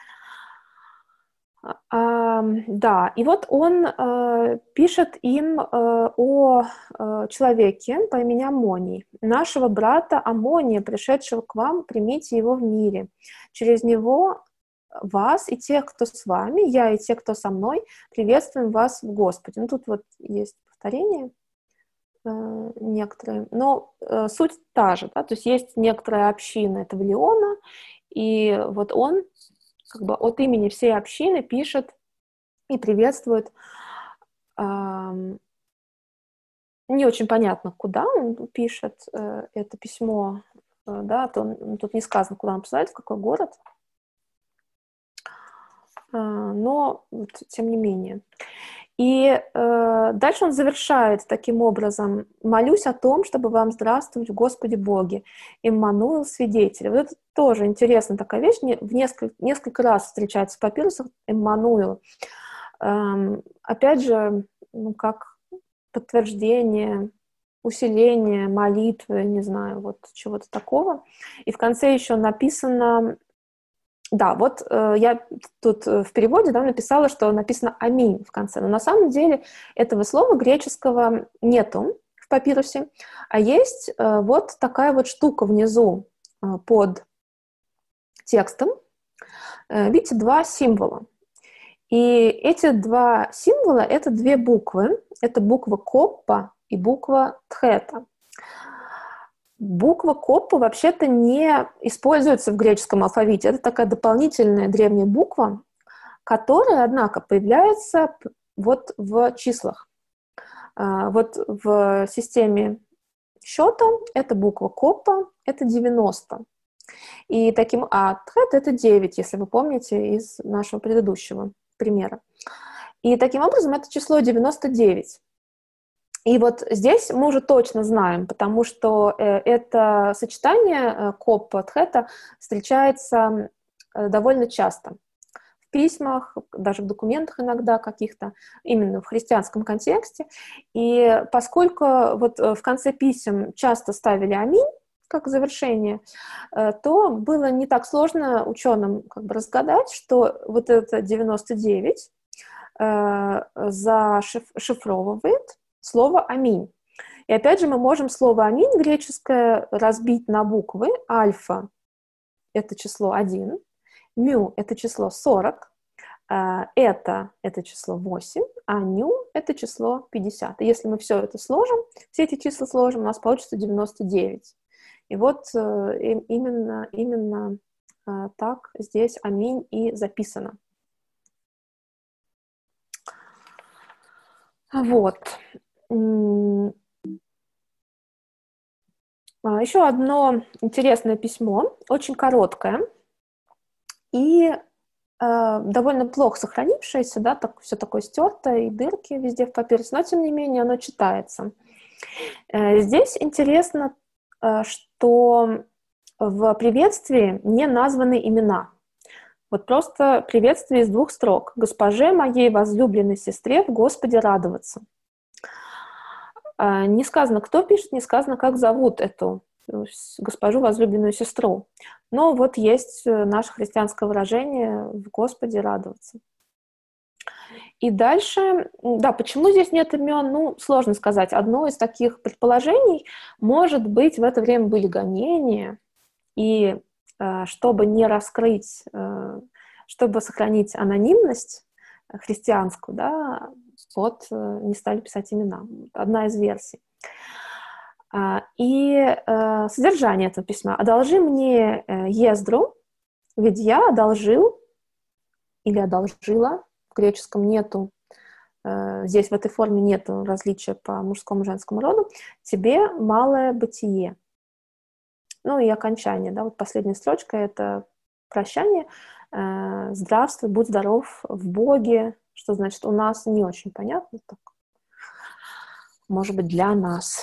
Да, и вот он пишет им о человеке по имени Амоний. «Нашего брата Амония, пришедшего к вам, примите его в мире. Через него вас и тех, кто с вами, я и те, кто со мной, приветствуем вас в Господе». Ну, тут вот есть повторение некоторые, но суть та же, да? То есть есть некоторая община этого Леона, и вот он как бы от имени всей общины пишет и приветствует. Не очень понятно, куда он пишет это письмо, да, тут не сказано, куда он посылает, в какой город, но вот, тем не менее. И дальше он завершает таким образом: «Молюсь о том, чтобы вам здравствовать в Господе Боге, Иммануил, свидетель». Вот это тоже интересная такая вещь, несколько раз встречается в папирусах Иммануил. Опять же, как подтверждение, усиление молитвы, не знаю, вот чего-то такого. И в конце еще написано... Да, вот я тут в переводе написала, что написано «аминь» в конце, но на самом деле этого слова греческого нету в папирусе, а есть вот такая вот штука внизу под текстом. Видите, два символа. И эти два символа — это две буквы. Это буква «коппа» и буква «тхета». Буква «коппа» вообще-то не используется в греческом алфавите. Это такая дополнительная древняя буква, которая, однако, появляется вот в числах. Вот в системе счета эта буква «коппа» — это 90. И тхет — это 9, если вы помните из нашего предыдущего примера. И таким образом это число 99. И вот здесь мы уже точно знаем, потому что это сочетание коппа, тхета встречается довольно часто в письмах, даже в документах иногда каких-то, именно в христианском контексте. И поскольку вот в конце писем часто ставили «аминь» как завершение, то было не так сложно ученым как бы разгадать, что вот это 99 зашифровывает слово «аминь». И опять же мы можем слово «аминь» греческое разбить на буквы. Альфа — это число 1, мю — это число 40, это число 8, а ню — это число 50. И если мы все это сложим, все эти числа сложим, у нас получится 99. И вот именно так здесь «аминь» и записано. Вот. Еще одно интересное письмо, очень короткое и довольно плохо сохранившееся, да, все такое стертое, и дырки везде в папирусе, но тем не менее оно читается. Здесь интересно, что в приветствии не названы имена. Вот просто приветствие из 2 строк. «Госпоже моей возлюбленной сестре в Господе радоваться». Не сказано, кто пишет, не сказано, как зовут эту госпожу возлюбленную сестру. Но вот есть наше христианское выражение «в Господе радоваться». И дальше, да, почему здесь нет имен, ну, сложно сказать. Одно из таких предположений, может быть, в это время были гонения, и чтобы не раскрыть, чтобы сохранить анонимность христианскую, да, вот не стали писать имена. Одна из версий. И содержание этого письма. «Одолжи мне Ездру, ведь я одолжил или одолжила». В греческом нету, здесь в этой форме нету различия по мужскому и женскому роду. «Тебе малое бытие». Ну и окончание, да, вот последняя строчка — это прощание. «Здравствуй, будь здоров в Боге». Что значит у нас, не очень понятно. Так. Может быть, для нас.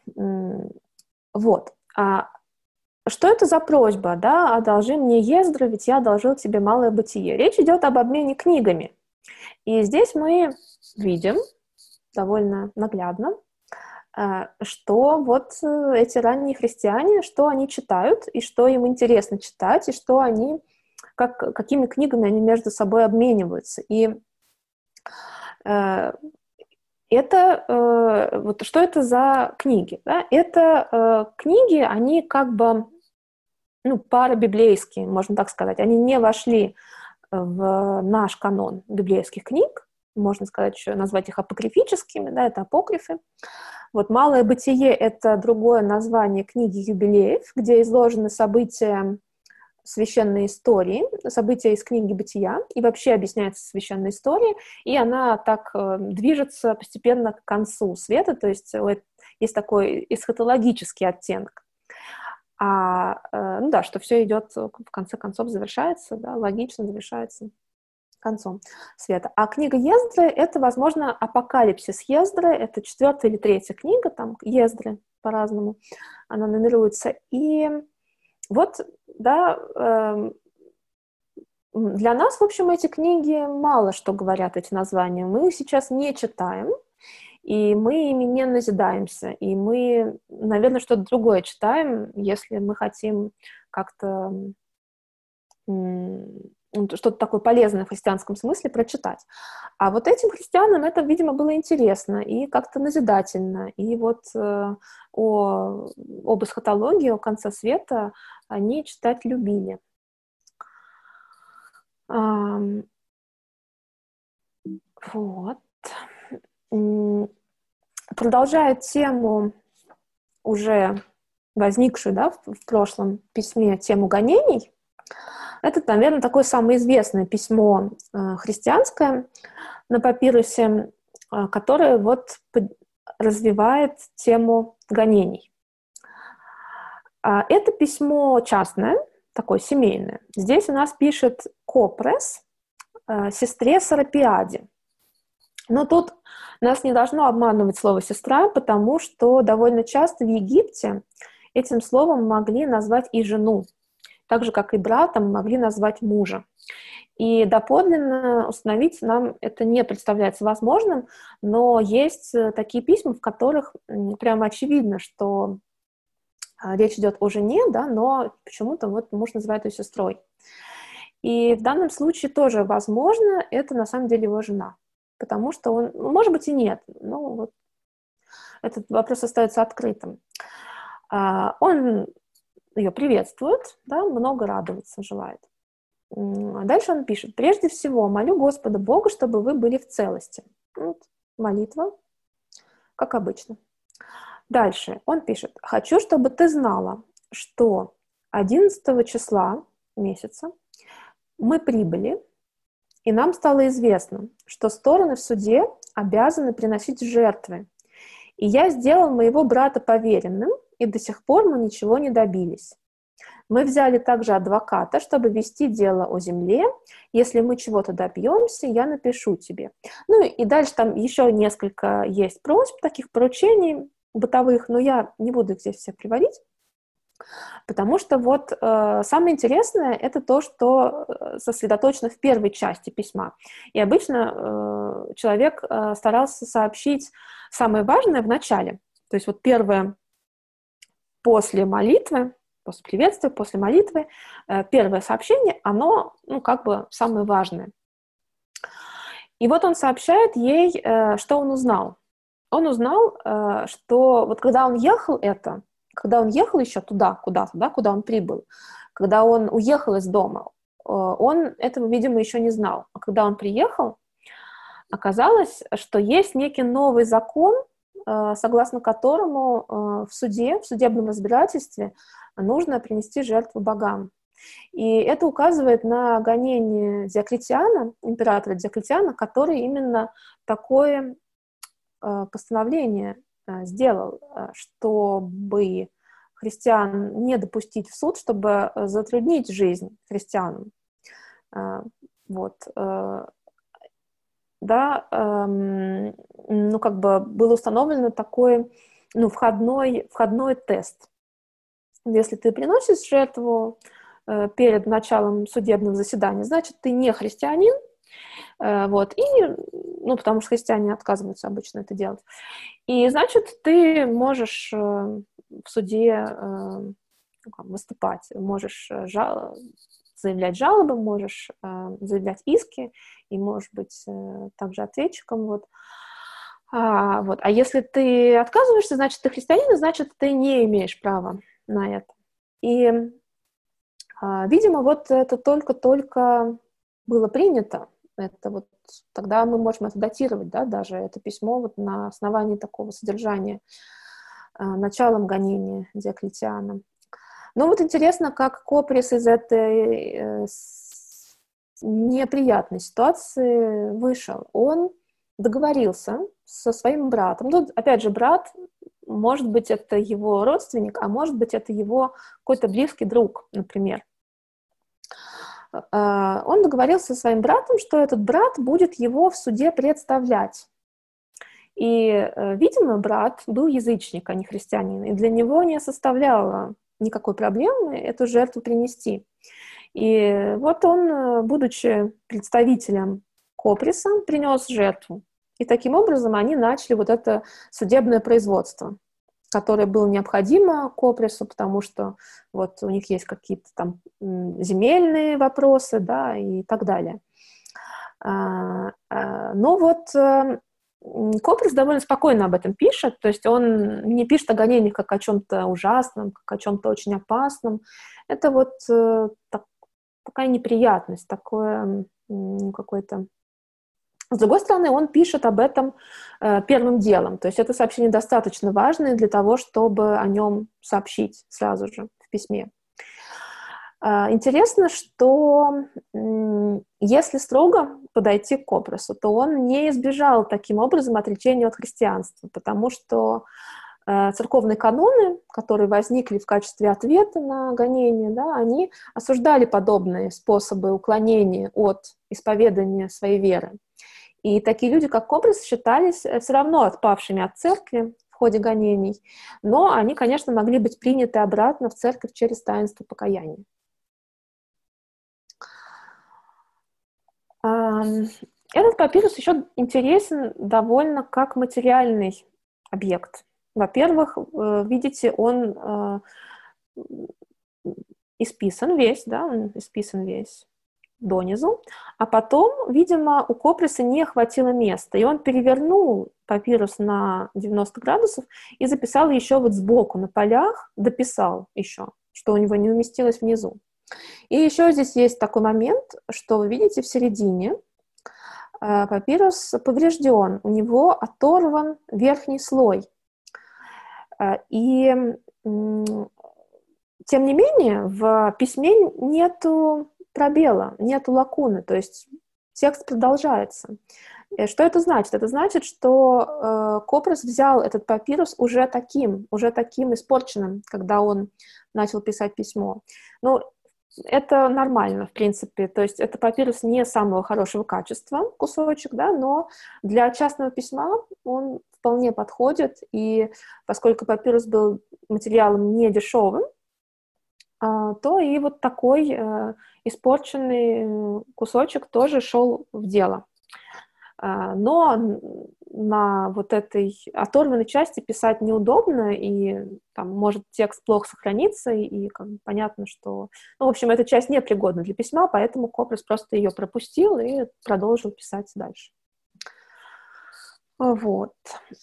Вот. Что это за просьба, да? «Одолжи мне Ездру, ведь я одолжил тебе малое бытие». Речь идет об обмене книгами. И здесь мы видим довольно наглядно, что вот эти ранние христиане, что они читают, и что им интересно читать, и что они, какими книгами они между собой обмениваются. И это, вот что это за книги? Да? Это книги, они как бы, ну, парабиблейские, можно так сказать. Они не вошли в наш канон библейских книг, можно сказать, еще назвать их апокрифическими, да, это апокрифы. Вот «Малое бытие» — это другое название книги юбилеев, где изложены события священной истории, события из книги «Бытия», и вообще объясняется священная история, и она так движется постепенно к концу света, то есть есть такой эсхатологический оттенок. Ну да, что все идет, в конце концов, завершается, да, логично завершается концом света. А книга Ездры — это, возможно, апокалипсис Ездры, это 4-я или 3-я книга, там Ездры по-разному она нумеруется. И вот, да, для нас, в общем, эти книги мало что говорят, эти названия. Мы их сейчас не читаем, и мы ими не назидаемся, и мы, наверное, что-то другое читаем, если мы хотим как-то что-то такое полезное в христианском смысле прочитать. А вот этим христианам это, видимо, было интересно и как-то назидательно. И вот об эсхатологии, о конце света они читать любили. Вот. Продолжая тему, уже возникшую, да, в прошлом письме, тему гонений, это, наверное, такое самое известное письмо христианское на папирусе, которое вот развивает тему гонений. Это письмо частное, такое семейное. Здесь у нас пишет Копрес сестре Сарапиаде. Но тут нас не должно обманывать слово «сестра», потому что довольно часто в Египте этим словом могли назвать и жену, так же, как и братом могли назвать мужа. И доподлинно установить нам это не представляется возможным, но есть такие письма, в которых прямо очевидно, что речь идет о жене, да, но почему-то вот муж называет ее сестрой. И в данном случае тоже, возможно, это на самом деле его жена. Потому что он, может быть, и нет, но вот этот вопрос остается открытым. Он ее приветствует, да, много радоваться желает. Дальше он пишет: «Прежде всего, молю Господа Бога, чтобы вы были в целости». Вот, молитва, как обычно. Дальше он пишет: «Хочу, чтобы ты знала, что 11 числа месяца мы прибыли, и нам стало известно, что стороны в суде обязаны приносить жертвы. И я сделал моего брата поверенным, и до сих пор мы ничего не добились. Мы взяли также адвоката, чтобы вести дело о земле. Если мы чего-то добьемся, я напишу тебе». Ну и дальше там еще несколько есть просьб, таких поручений бытовых, но я не буду их здесь все приводить. Потому что вот самое интересное — это то, что сосредоточено в первой части письма. И обычно человек старался сообщить самое важное в начале. То есть вот первое после молитвы, после приветствия, после молитвы, первое сообщение, оно, ну, как бы самое важное. И вот он сообщает ей, что он узнал. Он узнал, что вот когда он ехал еще туда, куда-то, да, куда он прибыл, когда он уехал из дома, он этого, видимо, еще не знал. А когда он приехал, оказалось, что есть некий новый закон, согласно которому в судебном разбирательстве нужно принести жертву богам. И это указывает на гонение Диоклетиана, императора Диоклетиана, который именно такое постановление сделал, чтобы христиан не допустить в суд, чтобы затруднить жизнь христианам. Вот. Да, ну, как бы было установлено такой, ну, входной тест. Если ты приносишь жертву перед началом судебного заседания, значит, ты не христианин, вот, и, ну, потому что христиане отказываются обычно это делать. И, значит, ты можешь в суде выступать, можешь заявлять жалобы, можешь заявлять иски, и, может быть, также ответчиком, вот. А если ты отказываешься, значит, ты христианин, значит, ты не имеешь права на это. И, видимо, вот это только-только было принято. Это вот тогда мы можем это датировать, да, даже это письмо вот на основании такого содержания, началом гонения Диоклетиана. Ну вот интересно, как Коприс из этой неприятной ситуации вышел. Он договорился со своим братом. Ну, опять же, брат, может быть, это его родственник, а может быть, это его какой-то близкий друг, например. Он договорился со своим братом, что этот брат будет его в суде представлять. И, видимо, брат был язычник, а не христианин, и для него не составляло никакой проблемы эту жертву принести. И вот он, будучи представителем Коприса, принес жертву. И таким образом они начали вот это судебное производство, которое было необходимо Копрису, потому что вот у них есть какие-то там земельные вопросы, да, и так далее. Но вот Коприс довольно спокойно об этом пишет, то есть он не пишет о гонениях как о чем-то ужасном, как о чем-то очень опасном. Это вот такая неприятность, такое какое-то... С другой стороны, он пишет об этом первым делом, то есть это сообщение достаточно важное для того, чтобы о нем сообщить сразу же в письме. Интересно, что если строго подойти к Копрису, то он не избежал таким образом отречения от христианства, потому что церковные каноны, которые возникли в качестве ответа на гонение, да, они осуждали подобные способы уклонения от исповедания своей веры. И такие люди, как Коприс, считались все равно отпавшими от церкви в ходе гонений, но они, конечно, могли быть приняты обратно в церковь через таинство покаяния. Этот папирус еще интересен довольно как материальный объект. Во-первых, видите, он исписан весь, да, он исписан весь донизу, а потом, видимо, у Коприса не хватило места, и он перевернул папирус на 90 градусов и записал еще вот сбоку на полях, дописал еще, что у него не уместилось внизу. И еще здесь есть такой момент, что вы видите в середине папирус поврежден, у него оторван верхний слой. И тем не менее в письме нету пробела, нету лакуны, то есть текст продолжается. Что это значит? Это значит, что Коприс взял этот папирус уже таким испорченным, когда он начал писать письмо. Ну, это нормально, в принципе, то есть это папирус не самого хорошего качества, кусочек, да, но для частного письма он вполне подходит, и поскольку папирус был материалом не дешевым, то и вот такой испорченный кусочек тоже шел в дело. Но на вот этой оторванной части писать неудобно, и там может текст плохо сохраниться, и как бы понятно, что... Ну, в общем, эта часть непригодна для письма, поэтому Коприс просто ее пропустил и продолжил писать дальше. Вот.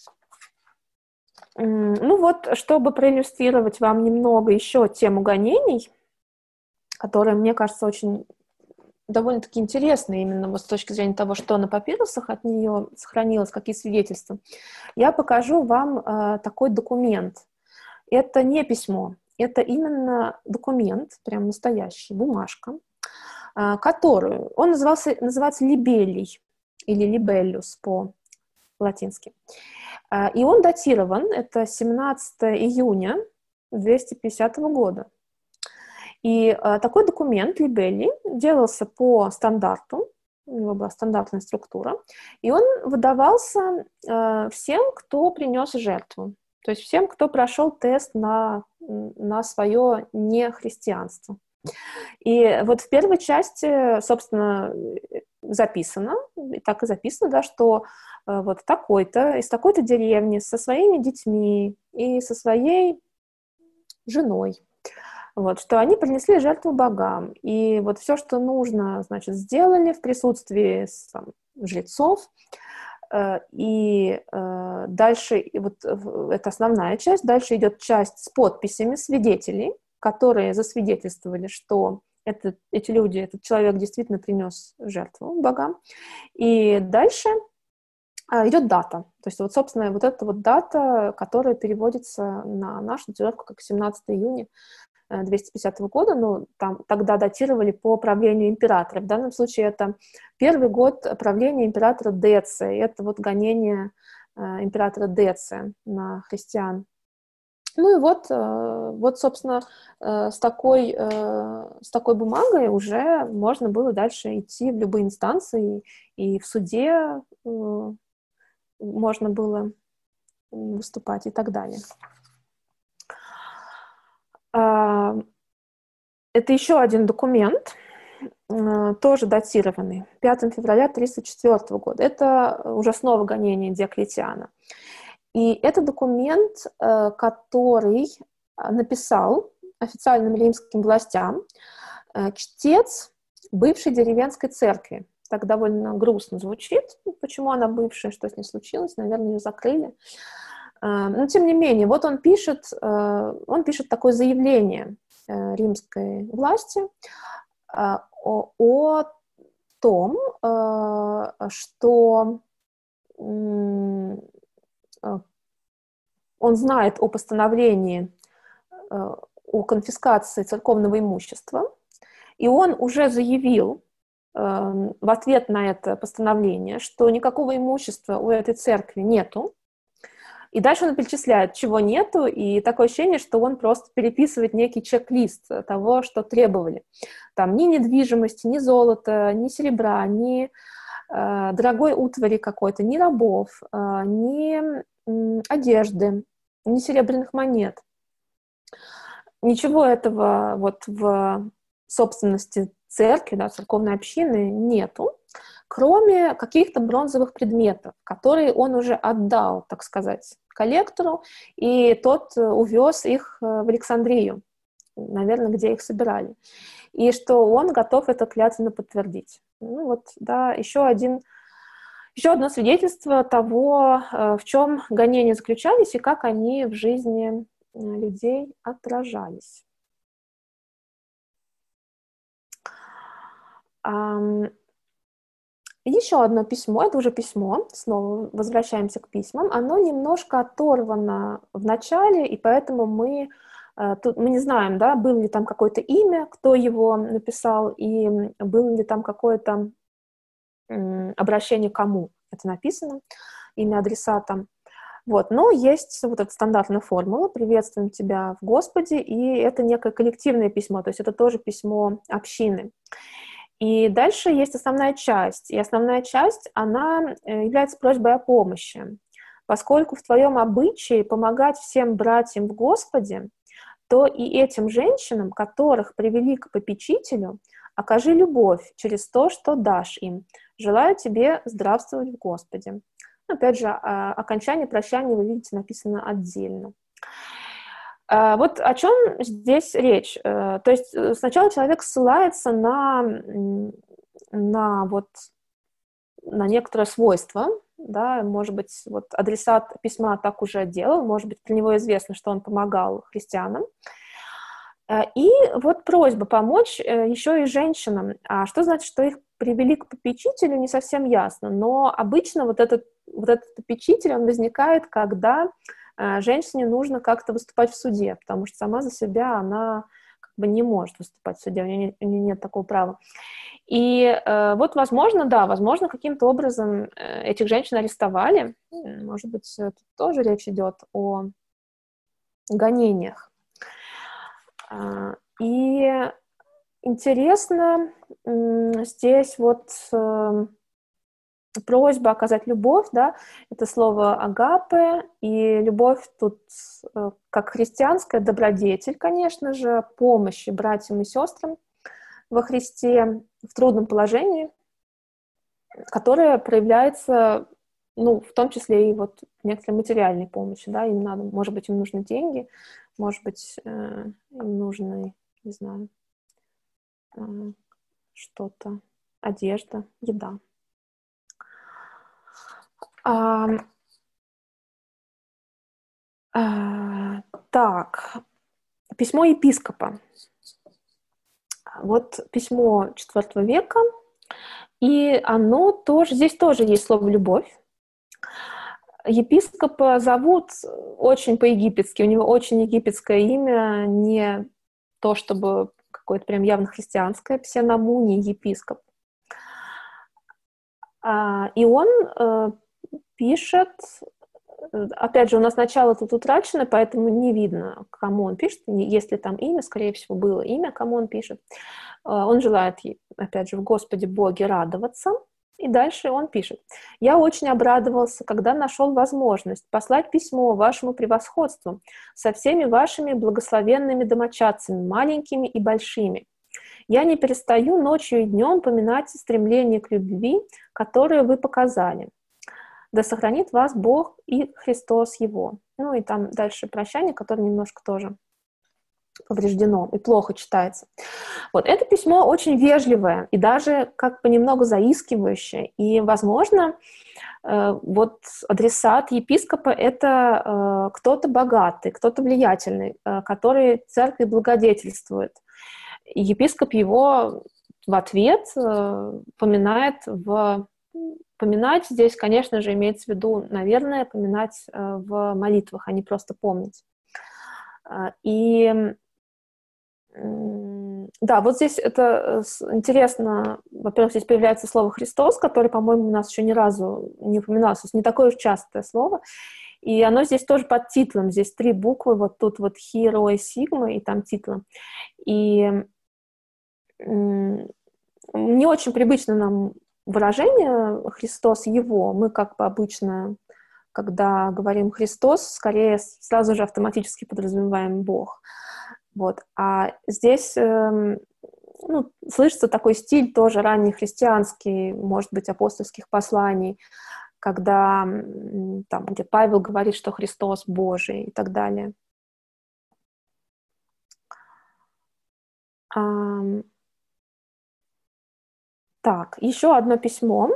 Ну вот, чтобы проиллюстрировать вам немного еще тему гонений, которая, мне кажется, очень довольно-таки интересная именно вот с точки зрения того, что на папирусах от нее сохранилось, какие свидетельства, я покажу вам такой документ. Это не письмо, это именно документ, прям настоящий, бумажка, которую, он называется либелий, или либеллюс по-латински. И он датирован, это 17 июня 250 года. И такой документ, либелли, делался по стандарту, у него была стандартная структура, и он выдавался всем, кто принес жертву, то есть всем, кто прошел тест на свое нехристианство. И вот в первой части, собственно, записано, и так и записано, да, что вот такой-то, из такой-то деревни, со своими детьми и со своей женой, вот, что они принесли жертву богам. И вот все, что нужно, значит, сделали в присутствии жрецов. И дальше, вот это основная часть, дальше идет часть с подписями свидетелей, которые засвидетельствовали, что эти люди, этот человек действительно принес жертву богам. И дальше идет дата. То есть вот, собственно, вот эта вот дата, которая переводится на нашу датировку как 17 июня 250 года, ну, там тогда датировали по правлению императора. В данном случае это первый год правления императора Деция. Это вот гонение императора Деция на христиан. Ну и вот, собственно, с такой бумагой уже можно было дальше идти в любые инстанции, и в суде можно было выступать и так далее. Это еще один документ, тоже датированный, 5 февраля 1934 года. Это уже снова гонение Диоклетиана. И это документ, который написал официальным римским властям чтец бывшей деревенской церкви. Так довольно грустно звучит. Почему она бывшая, что с ней случилось? Наверное, ее закрыли. Но, тем не менее, вот он пишет такое заявление римской власти о том, что он знает о постановлении о конфискации церковного имущества, и он уже заявил в ответ на это постановление, что никакого имущества у этой церкви нету. И дальше он перечисляет, чего нету, и такое ощущение, что он просто переписывает некий чек-лист того, что требовали. Там ни недвижимости, ни золота, ни серебра, ни дорогой утвари какой-то, ни рабов, ни одежды, ни серебряных монет. Ничего этого вот в собственности церкви, да, церковной общины нету, кроме каких-то бронзовых предметов, которые он уже отдал, так сказать, коллектору, и тот увез их в Александрию, наверное, где их собирали, и что он готов это клятвенно подтвердить. Ну вот, да, еще одно свидетельство того, в чем гонения заключались и как они в жизни людей отражались. Еще одно письмо, это уже письмо, снова возвращаемся к письмам, оно немножко оторвано в начале, и поэтому мы не знаем, да, было ли там какое-то имя, кто его написал, и было ли там какое-то обращение к кому это написано, имя адресата. Вот. Но есть вот эта стандартная формула «Приветствуем тебя в Господе», и это некое коллективное письмо, то есть это тоже письмо общины. И дальше есть основная часть, и основная часть, она является просьбой о помощи. Поскольку в твоем обычае помогать всем братьям в Господе, то и этим женщинам, которых привели к попечителю, окажи любовь через то, что дашь им. Желаю тебе здравствовать в Господе. Опять же, окончание прощания, вы видите, написано отдельно. Вот о чем здесь речь. То есть сначала человек ссылается на некоторое свойство да, может быть, вот адресат письма так уже делал, может быть, про него известно, что он помогал христианам. И вот просьба помочь еще и женщинам. А что значит, что их привели к попечителю, не совсем ясно, но обычно вот этот попечитель, он возникает, когда женщине нужно как-то выступать в суде, потому что сама за себя она как бы не может выступать в суде, у нее нет такого права. И вот, возможно, каким-то образом этих женщин арестовали. Может быть, тут тоже речь идет о гонениях. И интересно здесь вот просьба оказать любовь, да, это слово агапе, и любовь тут как христианская добродетель, конечно же, помощи братьям и сестрам во Христе в трудном положении, которое проявляется, ну, в том числе и вот в некоторой материальной помощи, да, им надо, может быть, им нужны деньги, может быть, им нужны, не знаю, что-то, одежда, еда. Так, письмо епископа. Вот письмо IV века, и оно тоже, здесь тоже есть слово «любовь». Епископа зовут очень по-египетски, у него очень египетское имя, не то чтобы какое-то прям явно христианское, псеномуний епископ. И он пишет, опять же, у нас начало тут утрачено, поэтому не видно, кому он пишет, если там имя, скорее всего, было имя, кому он пишет. Он желает, опять же, в Господе Боге радоваться. И дальше он пишет. «Я очень обрадовался, когда нашел возможность послать письмо вашему превосходству со всеми вашими благословенными домочадцами, маленькими и большими. Я не перестаю ночью и днем поминать стремление к любви, которое вы показали. Да сохранит вас Бог и Христос Его». Ну и там дальше прощание, которое немножко тоже повреждено и плохо читается. Вот это письмо очень вежливое и даже как бы немного заискивающее. И, возможно, вот адресат епископа — это кто-то богатый, кто-то влиятельный, который церкви благодетельствует. И епископ его в ответ поминает поминать здесь, конечно же, имеется в виду, наверное, поминать в молитвах, а не просто помнить. И да, вот здесь это интересно. Во-первых, здесь появляется слово «Христос», которое, по-моему, у нас еще ни разу не упоминалось. То есть не такое уж частое слово. И оно здесь тоже под титлом. Здесь 3 буквы. Вот тут вот «Хиро» и «Сигма», и там титлы. И не очень привычно нам выражение «Христос Его». Мы как бы обычно, когда говорим «Христос», скорее сразу же автоматически подразумеваем «Бог». Вот. А здесь слышится такой стиль тоже раннехристианский, может быть, апостольских посланий, когда там, где Павел говорит, что Христос Божий и так далее. Так, еще одно письмо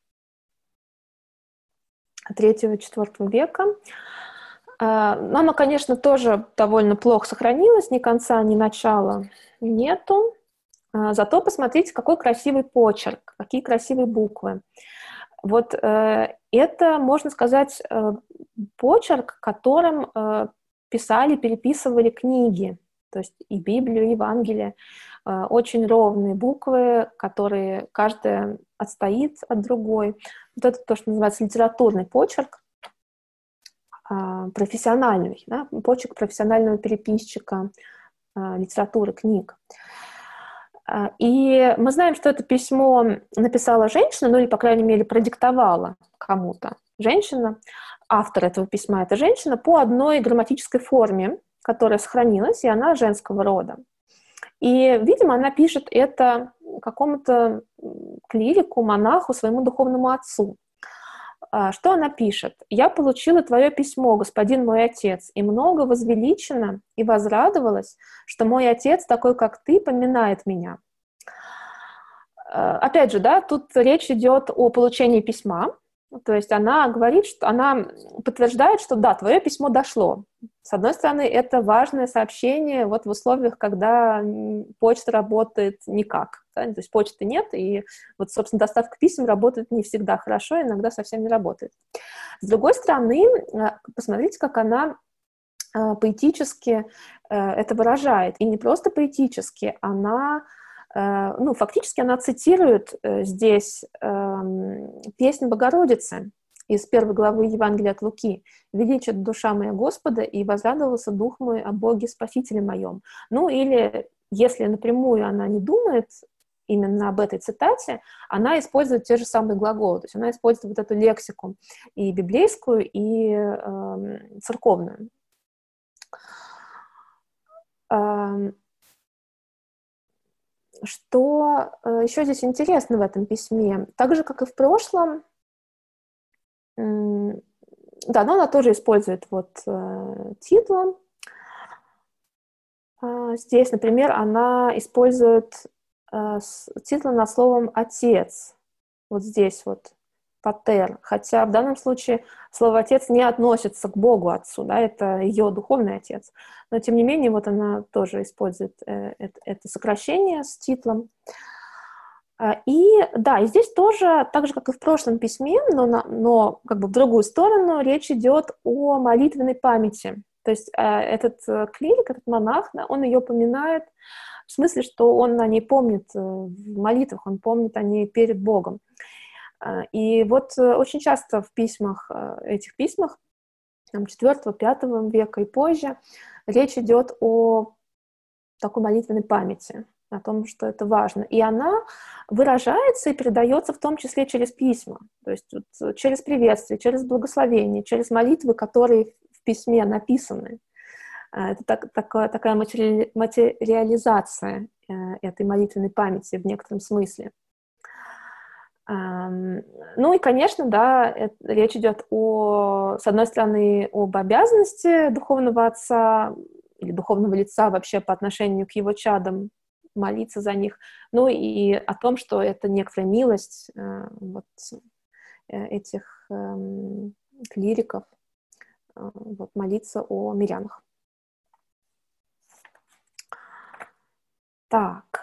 3-4 века. Оно, конечно, тоже довольно плохо сохранилось, ни конца, ни начала нету. Зато посмотрите, какой красивый почерк, какие красивые буквы. Вот это, можно сказать, почерк, которым писали, переписывали книги, то есть и Библию, и Евангелие. Очень ровные буквы, которые каждая отстоит от другой. Вот это то, что называется литературный почерк, профессиональный, да, почерк профессионального переписчика литературы, книг. И мы знаем, что это письмо написала женщина, ну или, по крайней мере, продиктовала кому-то женщина. Автор этого письма — это женщина по одной грамматической форме, которая сохранилась, и она женского рода. И, видимо, она пишет это какому-то клирику, монаху, своему духовному отцу. Что она пишет? «Я получила твое письмо, господин мой отец, и много возвеличена и возрадовалась, что мой отец, такой как ты, поминает меня». Опять же, да, тут речь идет о получении письма, То есть она говорит, что она подтверждает, что да, твое письмо дошло. С одной стороны, это важное сообщение вот в условиях, когда почта работает никак. Да? То есть почты нет, и вот, собственно, доставка писем работает не всегда хорошо, иногда совсем не работает. С другой стороны, посмотрите, как она поэтически это выражает. И не просто поэтически, она, фактически она цитирует здесь песнь Богородицы из 1 главы Евангелия от Луки. «Величит душа моя Господа, и возрадовался дух мой о Боге Спасителе моем». Ну, или, если напрямую она не думает именно об этой цитате, она использует те же самые глаголы, то есть она использует вот эту лексику и библейскую, и церковную. Что еще здесь интересно в этом письме? Так же, как и в прошлом, да, но она тоже использует вот титлы. Здесь, например, она использует титлы над словом «отец». Вот здесь вот «патер». Хотя в данном случае слово «отец» не относится к Богу Отцу, да, это ее духовный отец. Но, тем не менее, вот она тоже использует это сокращение с титлом. И да, и здесь тоже, так же, как и в прошлом письме, но как бы в другую сторону, речь идет о молитвенной памяти. То есть этот клирик, этот монах, да, он ее поминает в смысле, что он о ней помнит в молитвах, он помнит о ней перед Богом. И вот очень часто в письмах, этих письмах, там, 4-5 века и позже, речь идет о такой молитвенной памяти, о том, что это важно. И она выражается и передается в том числе через письма, то есть вот, через приветствие, через благословение, через молитвы, которые в письме написаны. Это такая материализация этой молитвенной памяти в некотором смысле. Ну и, конечно, да, речь идет с одной стороны, об обязанности духовного отца или духовного лица вообще по отношению к его чадам, молиться за них, ну и о том, что это некоторая милость вот этих клириков, вот, молиться о мирянах. Так,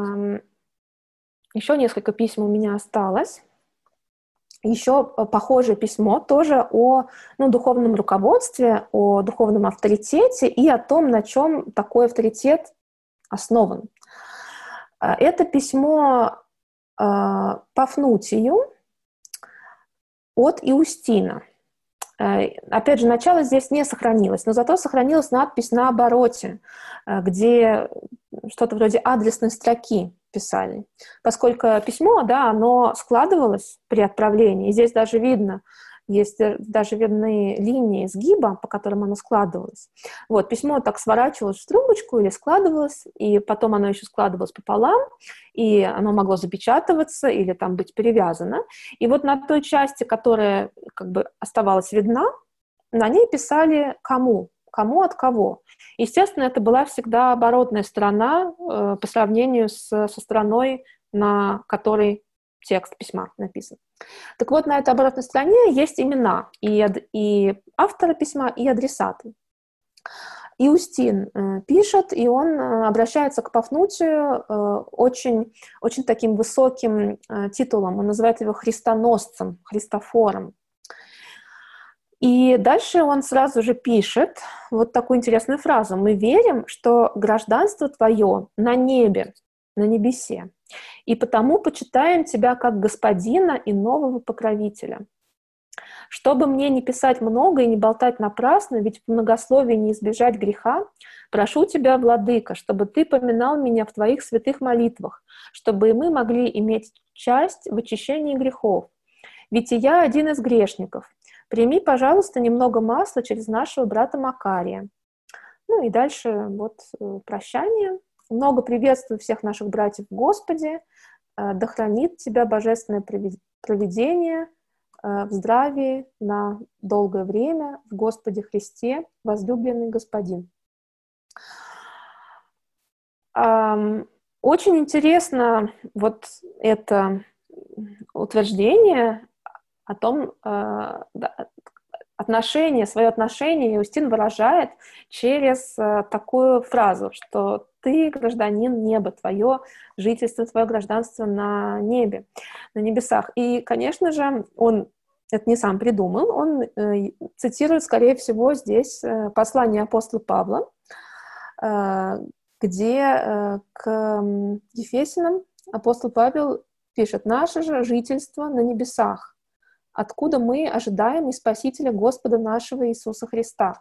еще несколько писем у меня осталось. Еще похожее письмо тоже о духовном руководстве, о духовном авторитете и о том, на чем такой авторитет основан. Это письмо Пафнутию от Иустина. Опять же, начало здесь не сохранилось, но зато сохранилась надпись на обороте, где что-то вроде адресной строки писали. Поскольку письмо, да, оно складывалось при отправлении, и здесь даже видно, есть даже видны линии сгиба, по которым оно складывалось. Вот, письмо так сворачивалось в трубочку или складывалось, и потом оно еще складывалось пополам, и оно могло запечатываться или там быть перевязано. И вот на той части, которая как бы оставалась видна, на ней писали кому от кого. Естественно, это была всегда оборотная сторона по сравнению со стороной, на которой текст письма написан. Так вот, на этой оборотной стороне есть имена и автора письма, и адресата. Иустин пишет, и он обращается к Пафнутию очень, очень таким высоким титулом. Он называет его христоносцем, христофором. И дальше он сразу же пишет вот такую интересную фразу. «Мы верим, что гражданство твое на небе, на небесе, и потому почитаем тебя как господина и нового покровителя. Чтобы мне не писать много и не болтать напрасно, ведь в многословии не избежать греха, прошу тебя, владыка, чтобы ты поминал меня в твоих святых молитвах, чтобы и мы могли иметь часть в очищении грехов. Ведь и я один из грешников. Прими, пожалуйста, немного масла через нашего брата Макария». Ну и дальше вот прощание. «Много приветствую всех наших братьев в Господе. Да хранит тебя божественное провидение в здравии на долгое время в Господе Христе, возлюбленный Господин». Очень интересно вот это утверждение о том, свое отношение Иустин выражает через такую фразу, что ты гражданин неба, твое жительство, твое гражданство на небе, на небесах. И, конечно же, он это не сам придумал, он цитирует, скорее всего, здесь послание апостола Павла, где к Ефесянам апостол Павел пишет: «Наше же жительство на небесах, откуда мы ожидаем и Спасителя Господа нашего Иисуса Христа».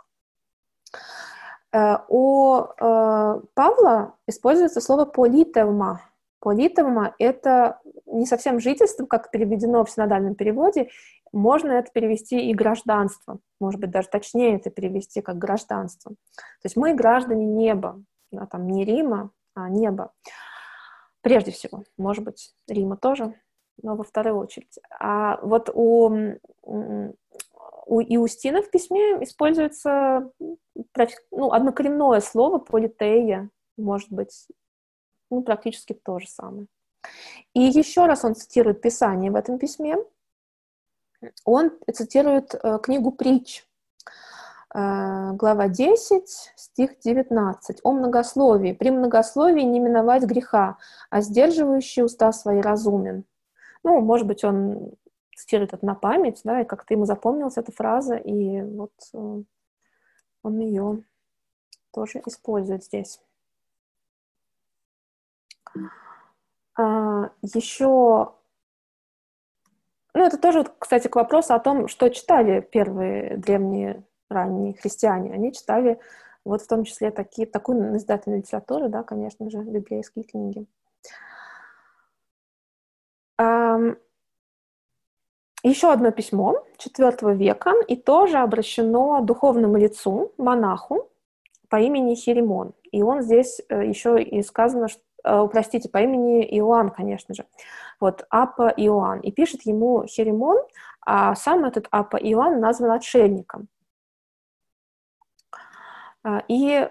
У Павла используется слово «политевма». Политевма — это не совсем жительство, как переведено в синодальном переводе. Можно это перевести и гражданство. Может быть, даже точнее это перевести как гражданство. То есть мы граждане неба. Да, там не Рима, а неба. Прежде всего. Может быть, Рима тоже, но во вторую очередь. А вот у Иустина в письме используется однокоренное слово «политея», может быть, практически то же самое. И еще раз он цитирует Писание в этом письме. Он цитирует книгу «Притч», глава 10, стих 19. «О многословии, при многословии не миновать греха, а сдерживающий уста свои разумен». Может быть, он цитирует это на память, да, и как-то ему запомнилась эта фраза, и вот он ее тоже использует здесь. Еще, это тоже, кстати, к вопросу о том, что читали первые древние ранние христиане. Они читали вот в том числе такую издательную литературу, да, конечно же, библейские книги. Еще одно письмо IV века, и тоже обращено духовному лицу, монаху по имени Хиримон. И он здесь еще и сказано, по имени Иоанн, конечно же. Вот, Апа Иоанн. И пишет ему Хиримон, а сам этот Апа Иоанн назван отшельником. И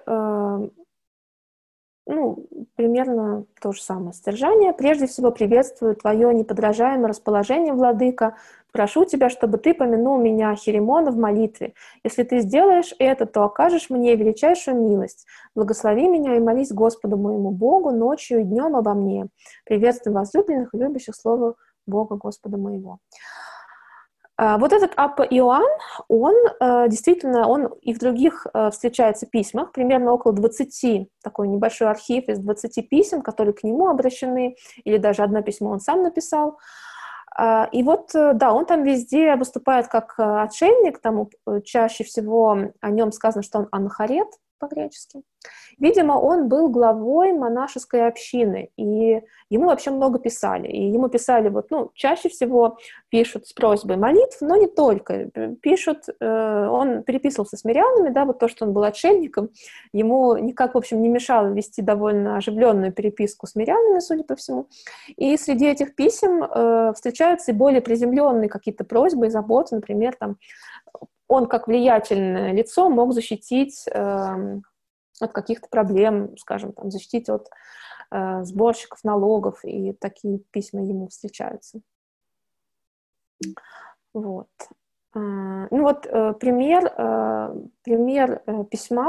примерно то же самое содержание. «Прежде всего приветствую твое неподражаемое расположение, владыка. Прошу тебя, чтобы ты помянул меня, Хиримона, в молитве. Если ты сделаешь это, то окажешь мне величайшую милость. Благослови меня и молись Господу моему Богу ночью и днем обо мне. Приветствую возлюбленных и любящих слово Бога Господа моего». Вот этот Апа Иоанн, он и в других встречается письмах, примерно около 20, такой небольшой архив из 20 писем, которые к нему обращены, или даже одно письмо он сам написал. И вот, да, он там везде выступает как отшельник, там чаще всего о нем сказано, что он анахарет по-гречески. Видимо, он был главой монашеской общины, и ему вообще много писали. И ему писали, чаще всего пишут с просьбой молитв, но не только. Пишут, он переписывался с мирянами, да, вот то, что он был отшельником, ему никак, в общем, не мешало вести довольно оживленную переписку с мирянами, судя по всему. И среди этих писем встречаются и более приземленные какие-то просьбы и заботы, например, там, он как влиятельное лицо мог защитить от каких-то проблем, скажем, там, защитить от сборщиков налогов, и такие письма ему встречаются. Вот. Пример письма,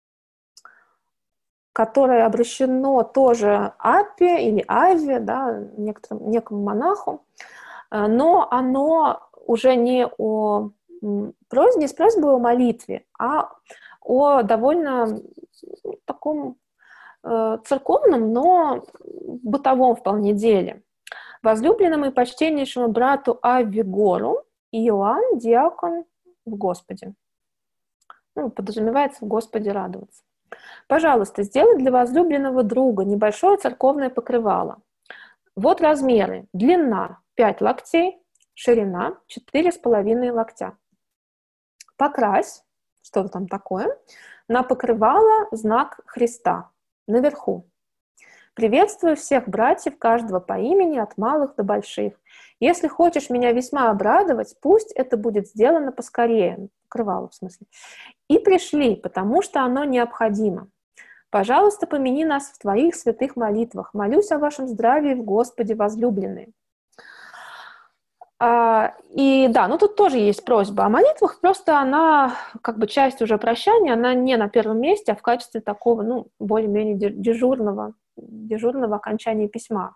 которое обращено тоже Аппе или Аве, да, некому монаху, но оно уже не с просьбой о молитве, а о довольно таком церковном, но бытовом вполне деле. Возлюбленному и почтеннейшему брату Аввигору Иоанн, диакон в Господе. Подразумевается в Господе радоваться. Пожалуйста, сделай для возлюбленного друга небольшое церковное покрывало. Вот размеры. Длина 5 локтей, ширина 4,5 локтя. Покрась, что-то там такое, на покрывало знак Христа наверху. Приветствую всех братьев, каждого по имени, от малых до больших. Если хочешь меня весьма обрадовать, пусть это будет сделано поскорее, покрывало в смысле. И пришли, потому что оно необходимо. Пожалуйста, помяни нас в твоих святых молитвах. Молюсь о вашем здравии в Господе, возлюбленные. И да, ну тут тоже есть просьба о молитвах, просто она, как бы часть уже прощания, она не на первом месте, а в качестве такого, ну, более-менее дежурного окончания письма.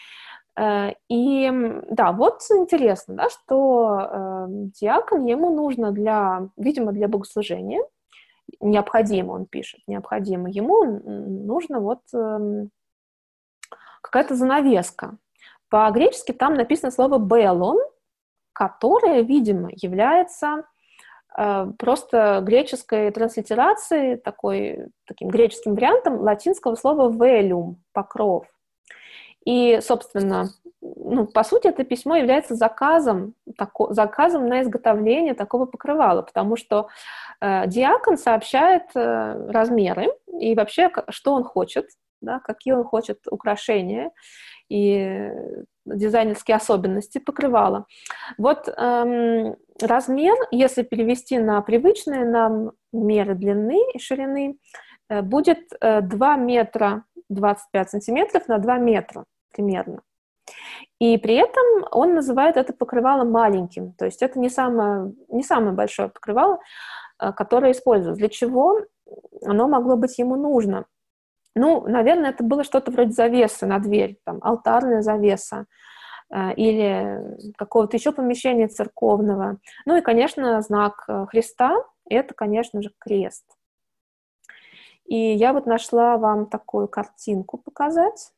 И да, вот интересно, да, что диакон, ему нужно видимо, для богослужения, необходимо, он пишет, необходимо, ему нужно вот какая-то занавеска. По-гречески там написано слово «белон», которое, видимо, является просто греческой транслитерацией, таким греческим вариантом латинского слова «velum» — «покров». И, собственно, ну, по сути, это письмо является заказом на изготовление такого покрывала, потому что диакон сообщает размеры и вообще, что он хочет, да, какие он хочет украшения и дизайнерские особенности покрывала. Вот размер, если перевести на привычные нам меры длины и ширины, будет 2 метра 25 сантиметров на 2 метра примерно. И при этом он называет это покрывало маленьким, то есть это не самое большое покрывало, которое используется. Для чего оно могло быть ему нужно? Ну, наверное, это было что-то вроде завесы на дверь, там, алтарная завеса или какого-то еще помещения церковного. Ну и, конечно, знак Христа — это, конечно же, крест. И я вот нашла вам такую картинку показать.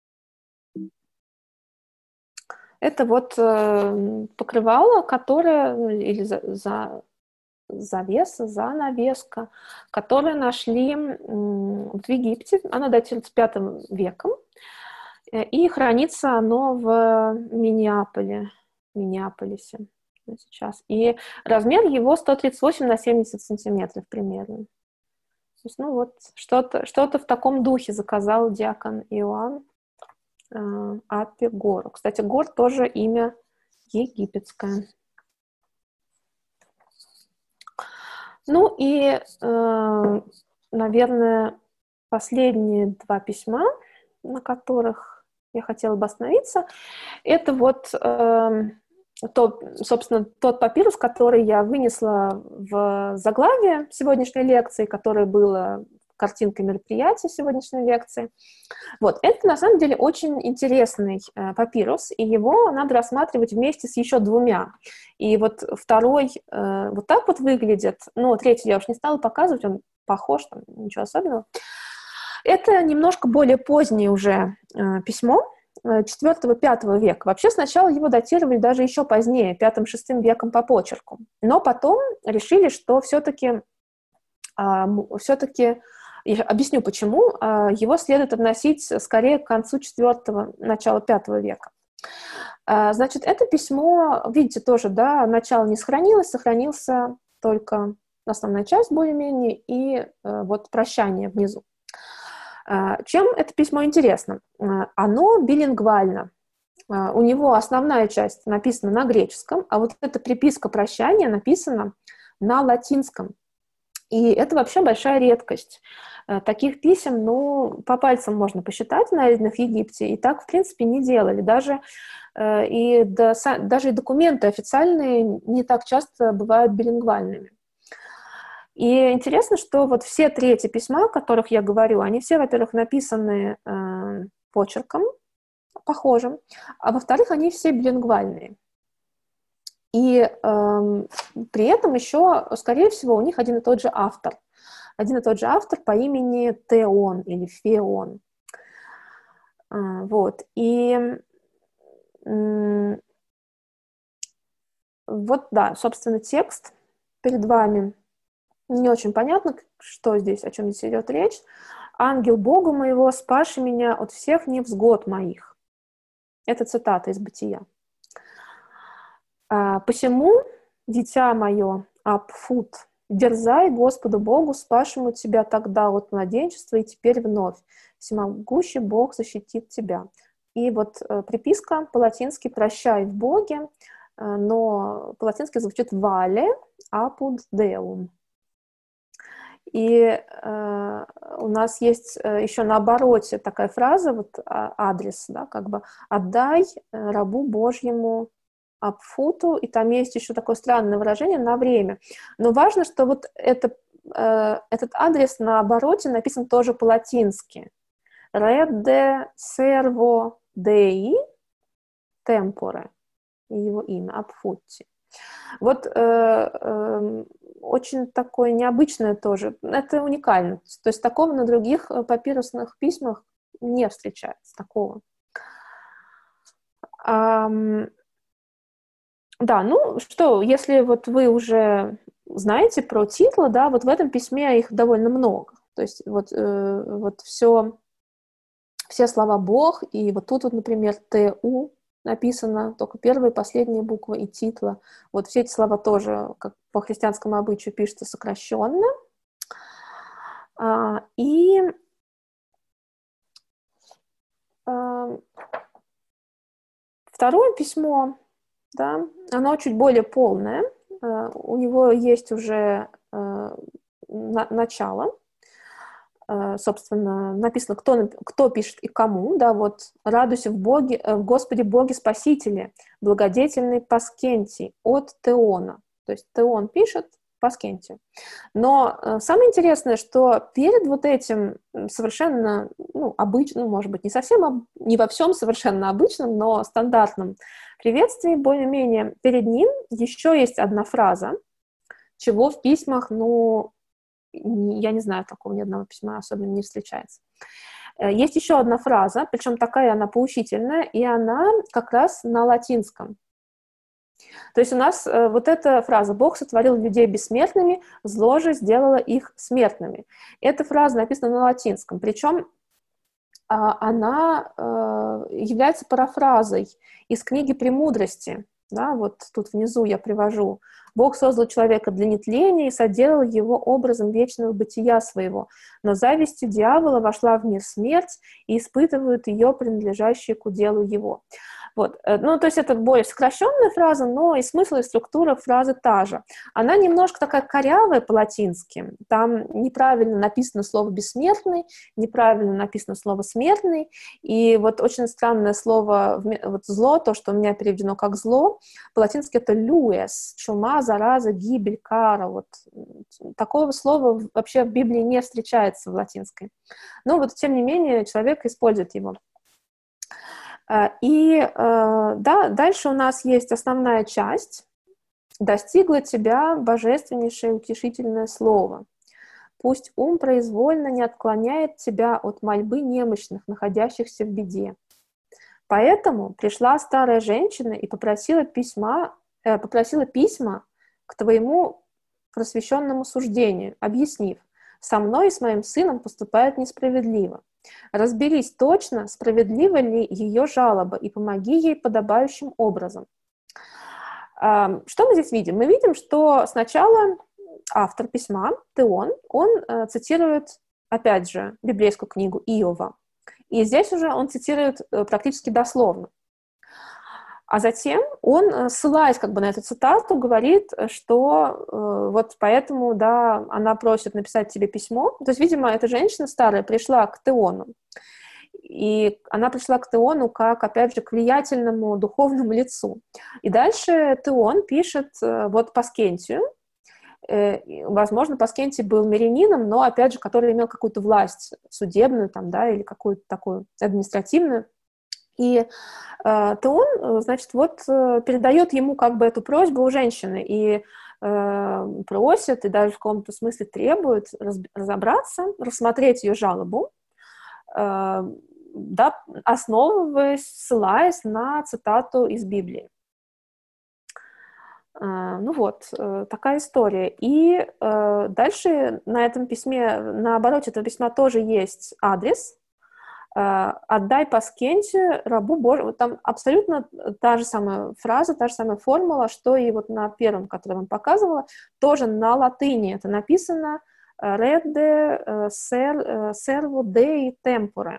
Это вот покрывало, которое, или завеса, занавеска, которую нашли в Египте. Оно датируется V веком, и хранится оно в Миннеаполисе сейчас. И размер его 138 на 70 сантиметров примерно. То есть, ну вот, что-то в таком духе заказал диакон Иоанн Аппи Гору. Кстати, Гор тоже имя египетское. Ну и, наверное, последние 2 письма, на которых я хотела бы остановиться, это вот, собственно, тот папирус, который я вынесла в заглавие сегодняшней лекции, которое было картинкой мероприятия сегодняшней лекции. Вот, это на самом деле очень интересный папирус, и его надо рассматривать вместе с еще 2. И вот второй вот так вот выглядит, но третий я уж не стала показывать, он похож, там ничего особенного. Это немножко более позднее уже письмо 4-5 века. Вообще сначала его датировали даже еще позднее, 5-6 веком по почерку. Но потом решили, что все-таки объясню почему, его следует относить скорее к концу 4-го, начала 5 века. Значит, это письмо, видите, тоже, да, начало не сохранилось, сохранился только основная часть более-менее и вот прощание внизу. Чем это письмо интересно? Оно билингвально. У него основная часть написана на греческом, а вот эта приписка прощания написана на латинском. И это вообще большая редкость. Таких писем, ну, по пальцам можно посчитать, найденных в Египте, и так, в принципе, не делали. Даже и документы официальные не так часто бывают билингвальными. И интересно, что вот все 3 письма, о которых я говорю, они все, во-первых, написаны почерком похожим, а во-вторых, они все билингвальные. И при этом еще, скорее всего, у них один и тот же автор. Один и тот же автор по имени Теон или Феон. Вот. И вот, да, собственно, текст перед вами. Не очень понятно, что здесь, о чем здесь идет речь. «Ангел Бога моего, спаши меня от всех невзгод моих». Это цитата из Бытия. «Посему, дитя мое, апфут, дерзай Господу Богу, спасшему тебя тогда от младенчества и теперь вновь. Всемогущий Бог защитит тебя». И вот приписка по-латински «прощай в Боге», но по-латински звучит «вале апуд деум». И у нас есть еще на обороте такая фраза, вот адрес, да, как бы «отдай рабу Божьему апфуту, и там есть еще такое странное выражение «на время». Но важно, что вот этот адрес на обороте написан тоже по-латински. Redde servo Dei tempore, его имя, апфутти. Вот очень такое необычное тоже, это уникально. То есть такого на других папирусных письмах не встречается, такого. Да, ну что, если вот вы уже знаете про титлы, да, вот в этом письме их довольно много. То есть вот все слова «Бог», и вот тут вот, например, «ТУ» написано, только первые и последние буквы и титла. Вот все эти слова тоже, как по христианскому обычаю, пишутся сокращенно. И второе письмо, да, оно чуть более полное. У него есть уже начало. Собственно, написано, кто пишет и кому, да, вот «Радуйся в Господе Боге Спасителе, благодетельный Паскентий» от Теона. То есть Теон пишет Паскентию. Но самое интересное, что перед вот этим совершенно, обычным, может быть, не совсем, не во всем совершенно обычным, но стандартном приветствии, более-менее, перед ним еще есть одна фраза, чего в письмах, я не знаю, такого ни одного письма особенно не встречается. Есть еще одна фраза, причем такая она поучительная, и она как раз на латинском. То есть у нас вот эта фраза «Бог сотворил людей бессмертными, зло же сделало их смертными». Эта фраза написана на латинском, причем она является парафразой из книги «Премудрости». Да, вот тут внизу я привожу. «Бог создал человека для нетления и соделал его образом вечного бытия своего, но завистью дьявола вошла в мир смерть, и испытывают ее принадлежащие к уделу его». Вот. То есть это более сокращенная фраза, но и смысл, и структура фразы та же. Она немножко такая корявая по-латински. Там неправильно написано слово «бессмертный», неправильно написано слово «смертный», и вот очень странное слово вот «зло», то, что у меня переведено как «зло», по-латински это «люэс», чума, зараза, гибель, кара. Вот. Такого слова вообще в Библии не встречается в латинской. Но вот, тем не менее, человек использует его. И да, дальше у нас есть основная часть. «Достигло тебя божественнейшее утешительное слово. Пусть ум произвольно не отклоняет тебя от мольбы немощных, находящихся в беде. Поэтому пришла старая женщина и попросила письма к твоему просвещенному суждению, объяснив: со мной и с моим сыном поступают несправедливо. Разберись точно, справедлива ли ее жалоба, и помоги ей подобающим образом». Что мы здесь видим? Мы видим, что сначала автор письма, Теон, он цитирует, опять же, библейскую книгу Иова. И здесь уже он цитирует практически дословно. А затем он, ссылаясь как бы на эту цитату, говорит, что вот поэтому, да, она просит написать тебе письмо. То есть, видимо, эта женщина старая пришла к Теону. И она пришла к Теону как, опять же, к влиятельному духовному лицу. И дальше Теон пишет вот Паскентию. Возможно, Паскентий был мирянином, но, опять же, который имел какую-то власть судебную там, да, или какую-то такую административную. И Теон, значит, вот передает ему как бы эту просьбу у женщины и просит, и даже в каком-то смысле требует разобраться, рассмотреть ее жалобу, да, основываясь, ссылаясь на цитату из Библии. Такая история. И дальше на этом письме, на обороте этого письма тоже есть адрес. «Отдай Паскентию, рабу Божьему». Там абсолютно та же самая фраза, та же самая формула, что и вот на первом, который я вам показывала, тоже на латыни. Это написано «Redde servo Dei tempore».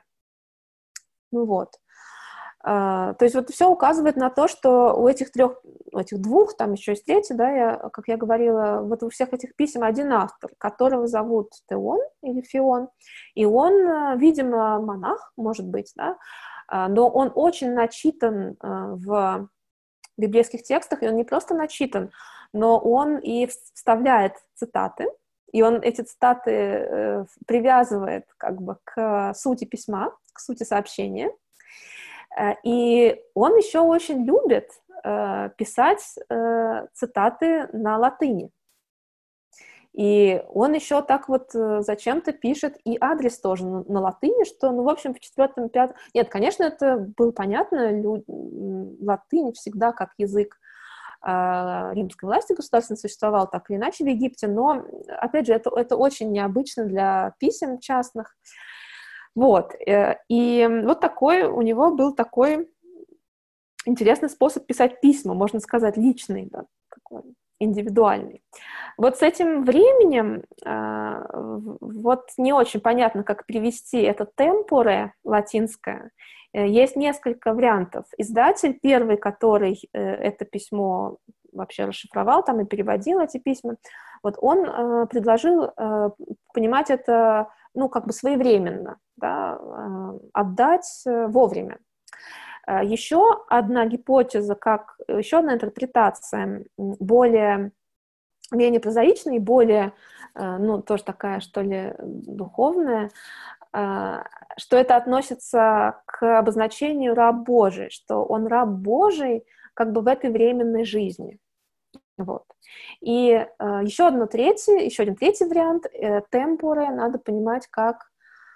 То есть вот все указывает на то, что у этих двух, там еще есть третий, да, как я говорила, вот у всех этих писем один автор, которого зовут Теон или Фион, и он, видимо, монах, может быть, да, но он очень начитан в библейских текстах, и он не просто начитан, но он и вставляет цитаты, и он эти цитаты привязывает как бы к сути письма, к сути сообщения. И он еще очень любит писать цитаты на латыни. И он еще так вот зачем-то пишет и адрес тоже на латыни, что, ну, в общем, в 4-5... Нет, конечно, это было понятно, латынь всегда как язык римской власти государственно существовал так или иначе в Египте, но, опять же, это очень необычно для писем частных. Вот. И вот такой у него был такой интересный способ писать письма, можно сказать, личный, да, такой индивидуальный. Вот с этим временем вот не очень понятно, как перевести это темпоре латинское. Есть несколько вариантов. Издатель первый, который это письмо вообще расшифровал там и переводил эти письма, вот он предложил понимать это, ну, как бы своевременно, да, отдать вовремя. Еще одна гипотеза, еще одна интерпретация, менее прозаичная и более, ну, тоже такая, что ли, духовная, что это относится к обозначению раб Божий, что он раб Божий как бы в этой временной жизни. Вот. И еще один третий вариант, темпоре, надо понимать как,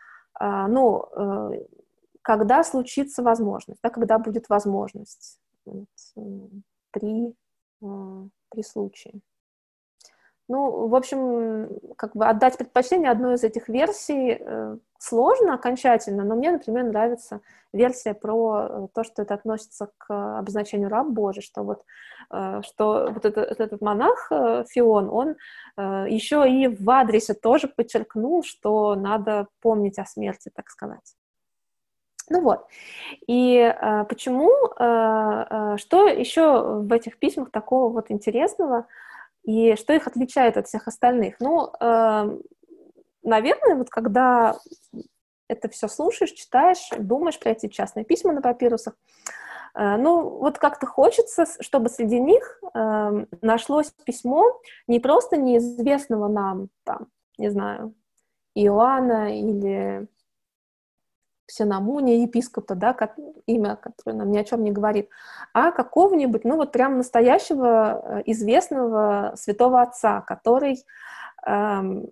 когда случится возможность, да, когда будет возможность при случае. Ну, в общем, как бы отдать предпочтение одной из этих версий сложно окончательно, но мне, например, нравится версия про то, что это относится к обозначению раб Божий, что вот этот монах Фион, он еще и в адресе тоже подчеркнул, что надо помнить о смерти, так сказать. Ну вот. И почему, что еще в этих письмах такого вот интересного, и что их отличает от всех остальных? Ну, наверное, вот когда это все слушаешь, читаешь, думаешь про эти частные письма на папирусах, ну, вот как-то хочется, чтобы среди них нашлось письмо не просто неизвестного нам, там, не знаю, Иоанна или Ксеномуния, епископа, да, имя, которое нам ни о чем не говорит, а какого-нибудь, ну, вот прям настоящего известного святого отца, который, ну,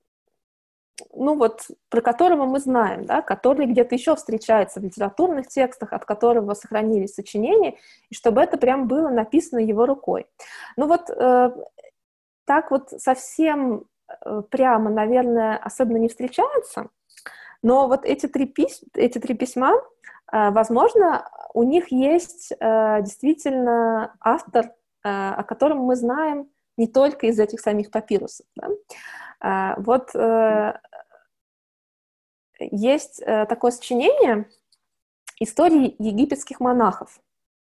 вот, про которого мы знаем, да, который где-то еще встречается в литературных текстах, от которого сохранились сочинения, и чтобы это прям было написано его рукой. Ну, вот так вот совсем прямо, наверное, особенно не встречаются. Но вот эти три письма, возможно, у них есть действительно автор, о котором мы знаем не только из этих самих папирусов. Да? Вот есть такое сочинение «Истории египетских монахов».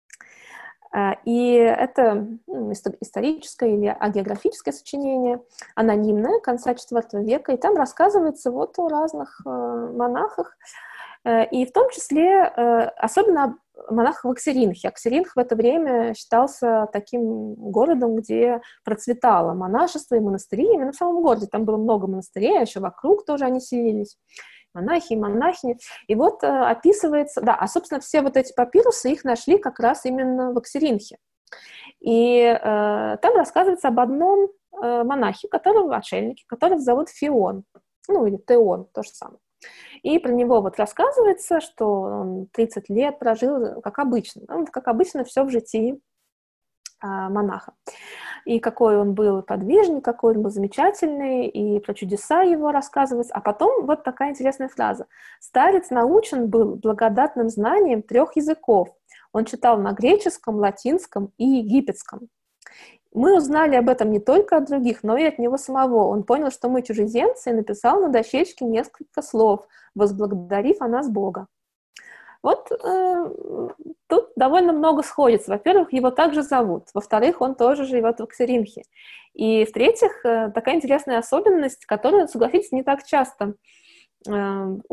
И это историческое или агеографическое сочинение, анонимное, конца IV века, и там рассказывается вот о разных монахах, и в том числе особенно о монахах в Аксеринхе. Аксеринх в это время считался таким городом, где процветало монашество и монастыри, именно в самом городе. Там было много монастырей, а еще вокруг тоже они селились. Монахи и монахини. И вот описывается, да, а, собственно, все вот эти папирусы, их нашли как раз именно в Аксеринхе. И там рассказывается об одном монахе, отшельнике, которого зовут Фион, ну, или Теон, то же самое. И про него вот рассказывается, что он 30 лет прожил, как обычно. Ну, как обычно, все в житии монаха. И какой он был подвижник, какой он был замечательный, и про чудеса его рассказывается. А потом вот такая интересная фраза. «Старец научен был благодатным знанием 3 языков. Он читал на греческом, латинском и египетском. Мы узнали об этом не только от других, но и от него самого. Он понял, что мы чужеземцы, и написал на дощечке несколько слов, возблагодарив о нас Бога». Вот тут довольно много сходится. Во-первых, его также зовут. Во-вторых, он тоже живет в Аксеринхе. И в-третьих, такая интересная особенность, которая, согласитесь, не так часто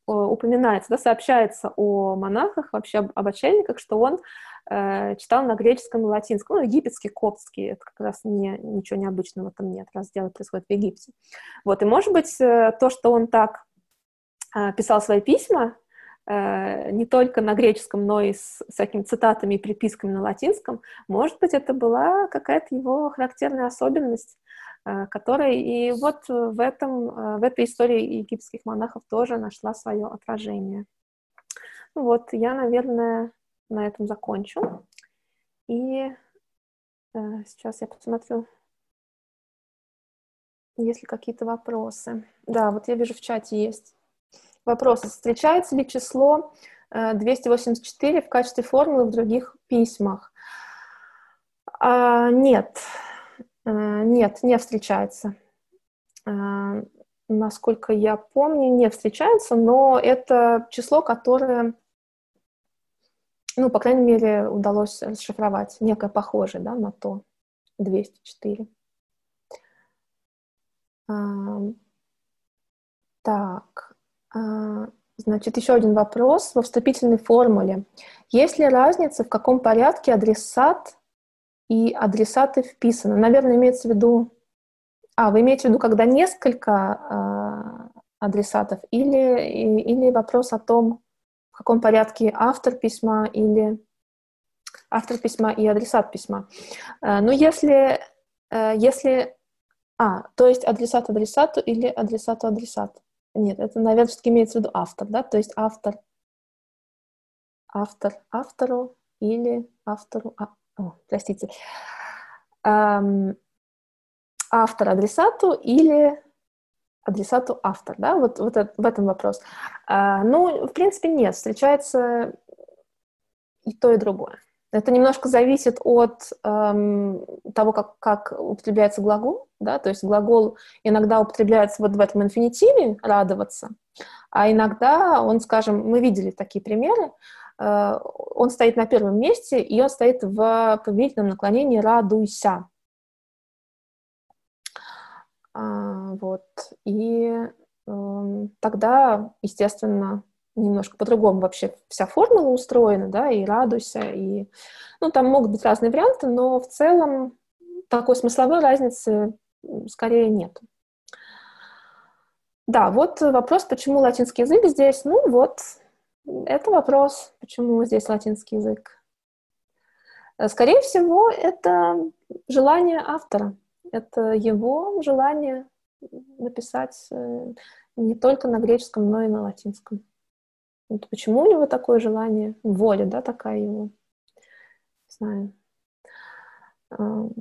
упоминается, да, сообщается о монахах, вообще об отшельниках, что он читал на греческом и латинском, ну, египетский, коптский, это как раз ничего необычного в этом нет, раз дело происходит в Египте. Вот, и, может быть, то, что он так писал свои письма, не только на греческом, но и с всякими цитатами и приписками на латинском, может быть, это была какая-то его характерная особенность, которая и вот в этой истории египетских монахов тоже нашла свое отражение. Ну вот, я, наверное, на этом закончу. И сейчас я посмотрю, есть ли какие-то вопросы. Да, вот я вижу, в чате есть вопросы. Встречается ли число 284 в качестве формулы в других письмах? Нет. Нет, не встречается. Насколько я помню, не встречается, но это число, которое, ну, по крайней мере, удалось расшифровать, некое похожее, да, на то, 204. Так, значит, еще один вопрос во вступительной формуле. Есть ли разница, в каком порядке адресат и адресаты вписаны? Наверное, имеется в виду... вы имеете в виду, когда несколько адресатов, или вопрос о том, в каком порядке автор письма или автор письма и адресат письма? Ну, если... то есть адресат адресату или адресату адресату? Нет, это, наверное, все-таки имеется в виду автор, да? То есть автор автору или автору... простите. Автор адресату или адресату автор, да? Вот в этом вопрос. Ну, в принципе, нет. Встречается и то, и другое. Это немножко зависит от того, как употребляется глагол, да, то есть глагол иногда употребляется вот в этом инфинитиве «радоваться», а иногда он, скажем, мы видели такие примеры, он стоит на первом месте, и он стоит в повелительном наклонении «радуйся». Вот. И тогда, естественно, немножко по-другому вообще вся формула устроена, да, и «радуйся», и... Ну, там могут быть разные варианты, но в целом такой смысловой разницы скорее нет. Да, вот вопрос, почему латинский язык здесь. Ну, вот, это вопрос, почему здесь латинский язык. Скорее всего, это желание автора. Это его желание написать не только на греческом, но и на латинском. Вот почему у него такое желание? Воля, да, такая его. Не знаю.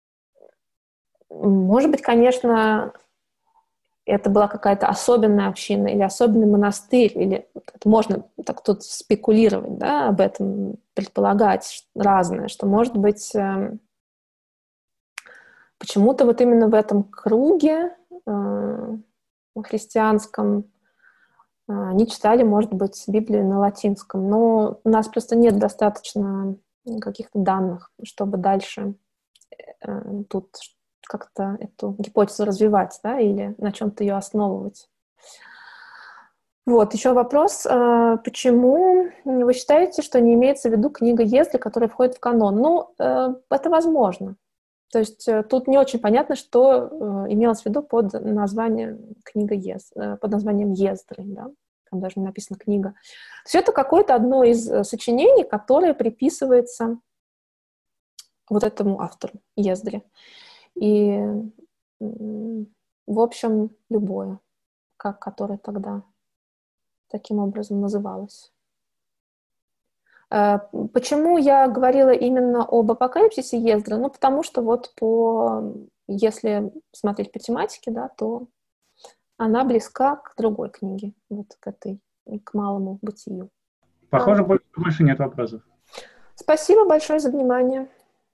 Может быть, конечно, это была какая-то особенная община или особенный монастырь, или это можно так тут спекулировать, да, об этом, предполагать разное, что, может быть, почему-то вот именно в этом круге христианском они читали, может быть, Библию на латинском, но у нас просто нет достаточно каких-то данных, чтобы дальше тут как-то эту гипотезу развивать, да, или на чем-то ее основывать. Вот, еще вопрос. Почему вы считаете, что не имеется в виду книга Ездри, которая входит в канон? Ну, это возможно. То есть тут не очень понятно, что имелось в виду под названием книга под названием Ездры, да? Там даже не написано книга. Все это какое-то одно из сочинений, которое приписывается вот этому автору, Ездре. И, в общем, любое, которое тогда таким образом называлось. Почему я говорила именно об апокалипсисе Ездры? Ну, потому что вот если смотреть по тематике, да, то она близка к другой книге, вот к малому бытию. Похоже, больше нет вопросов. Спасибо большое за внимание.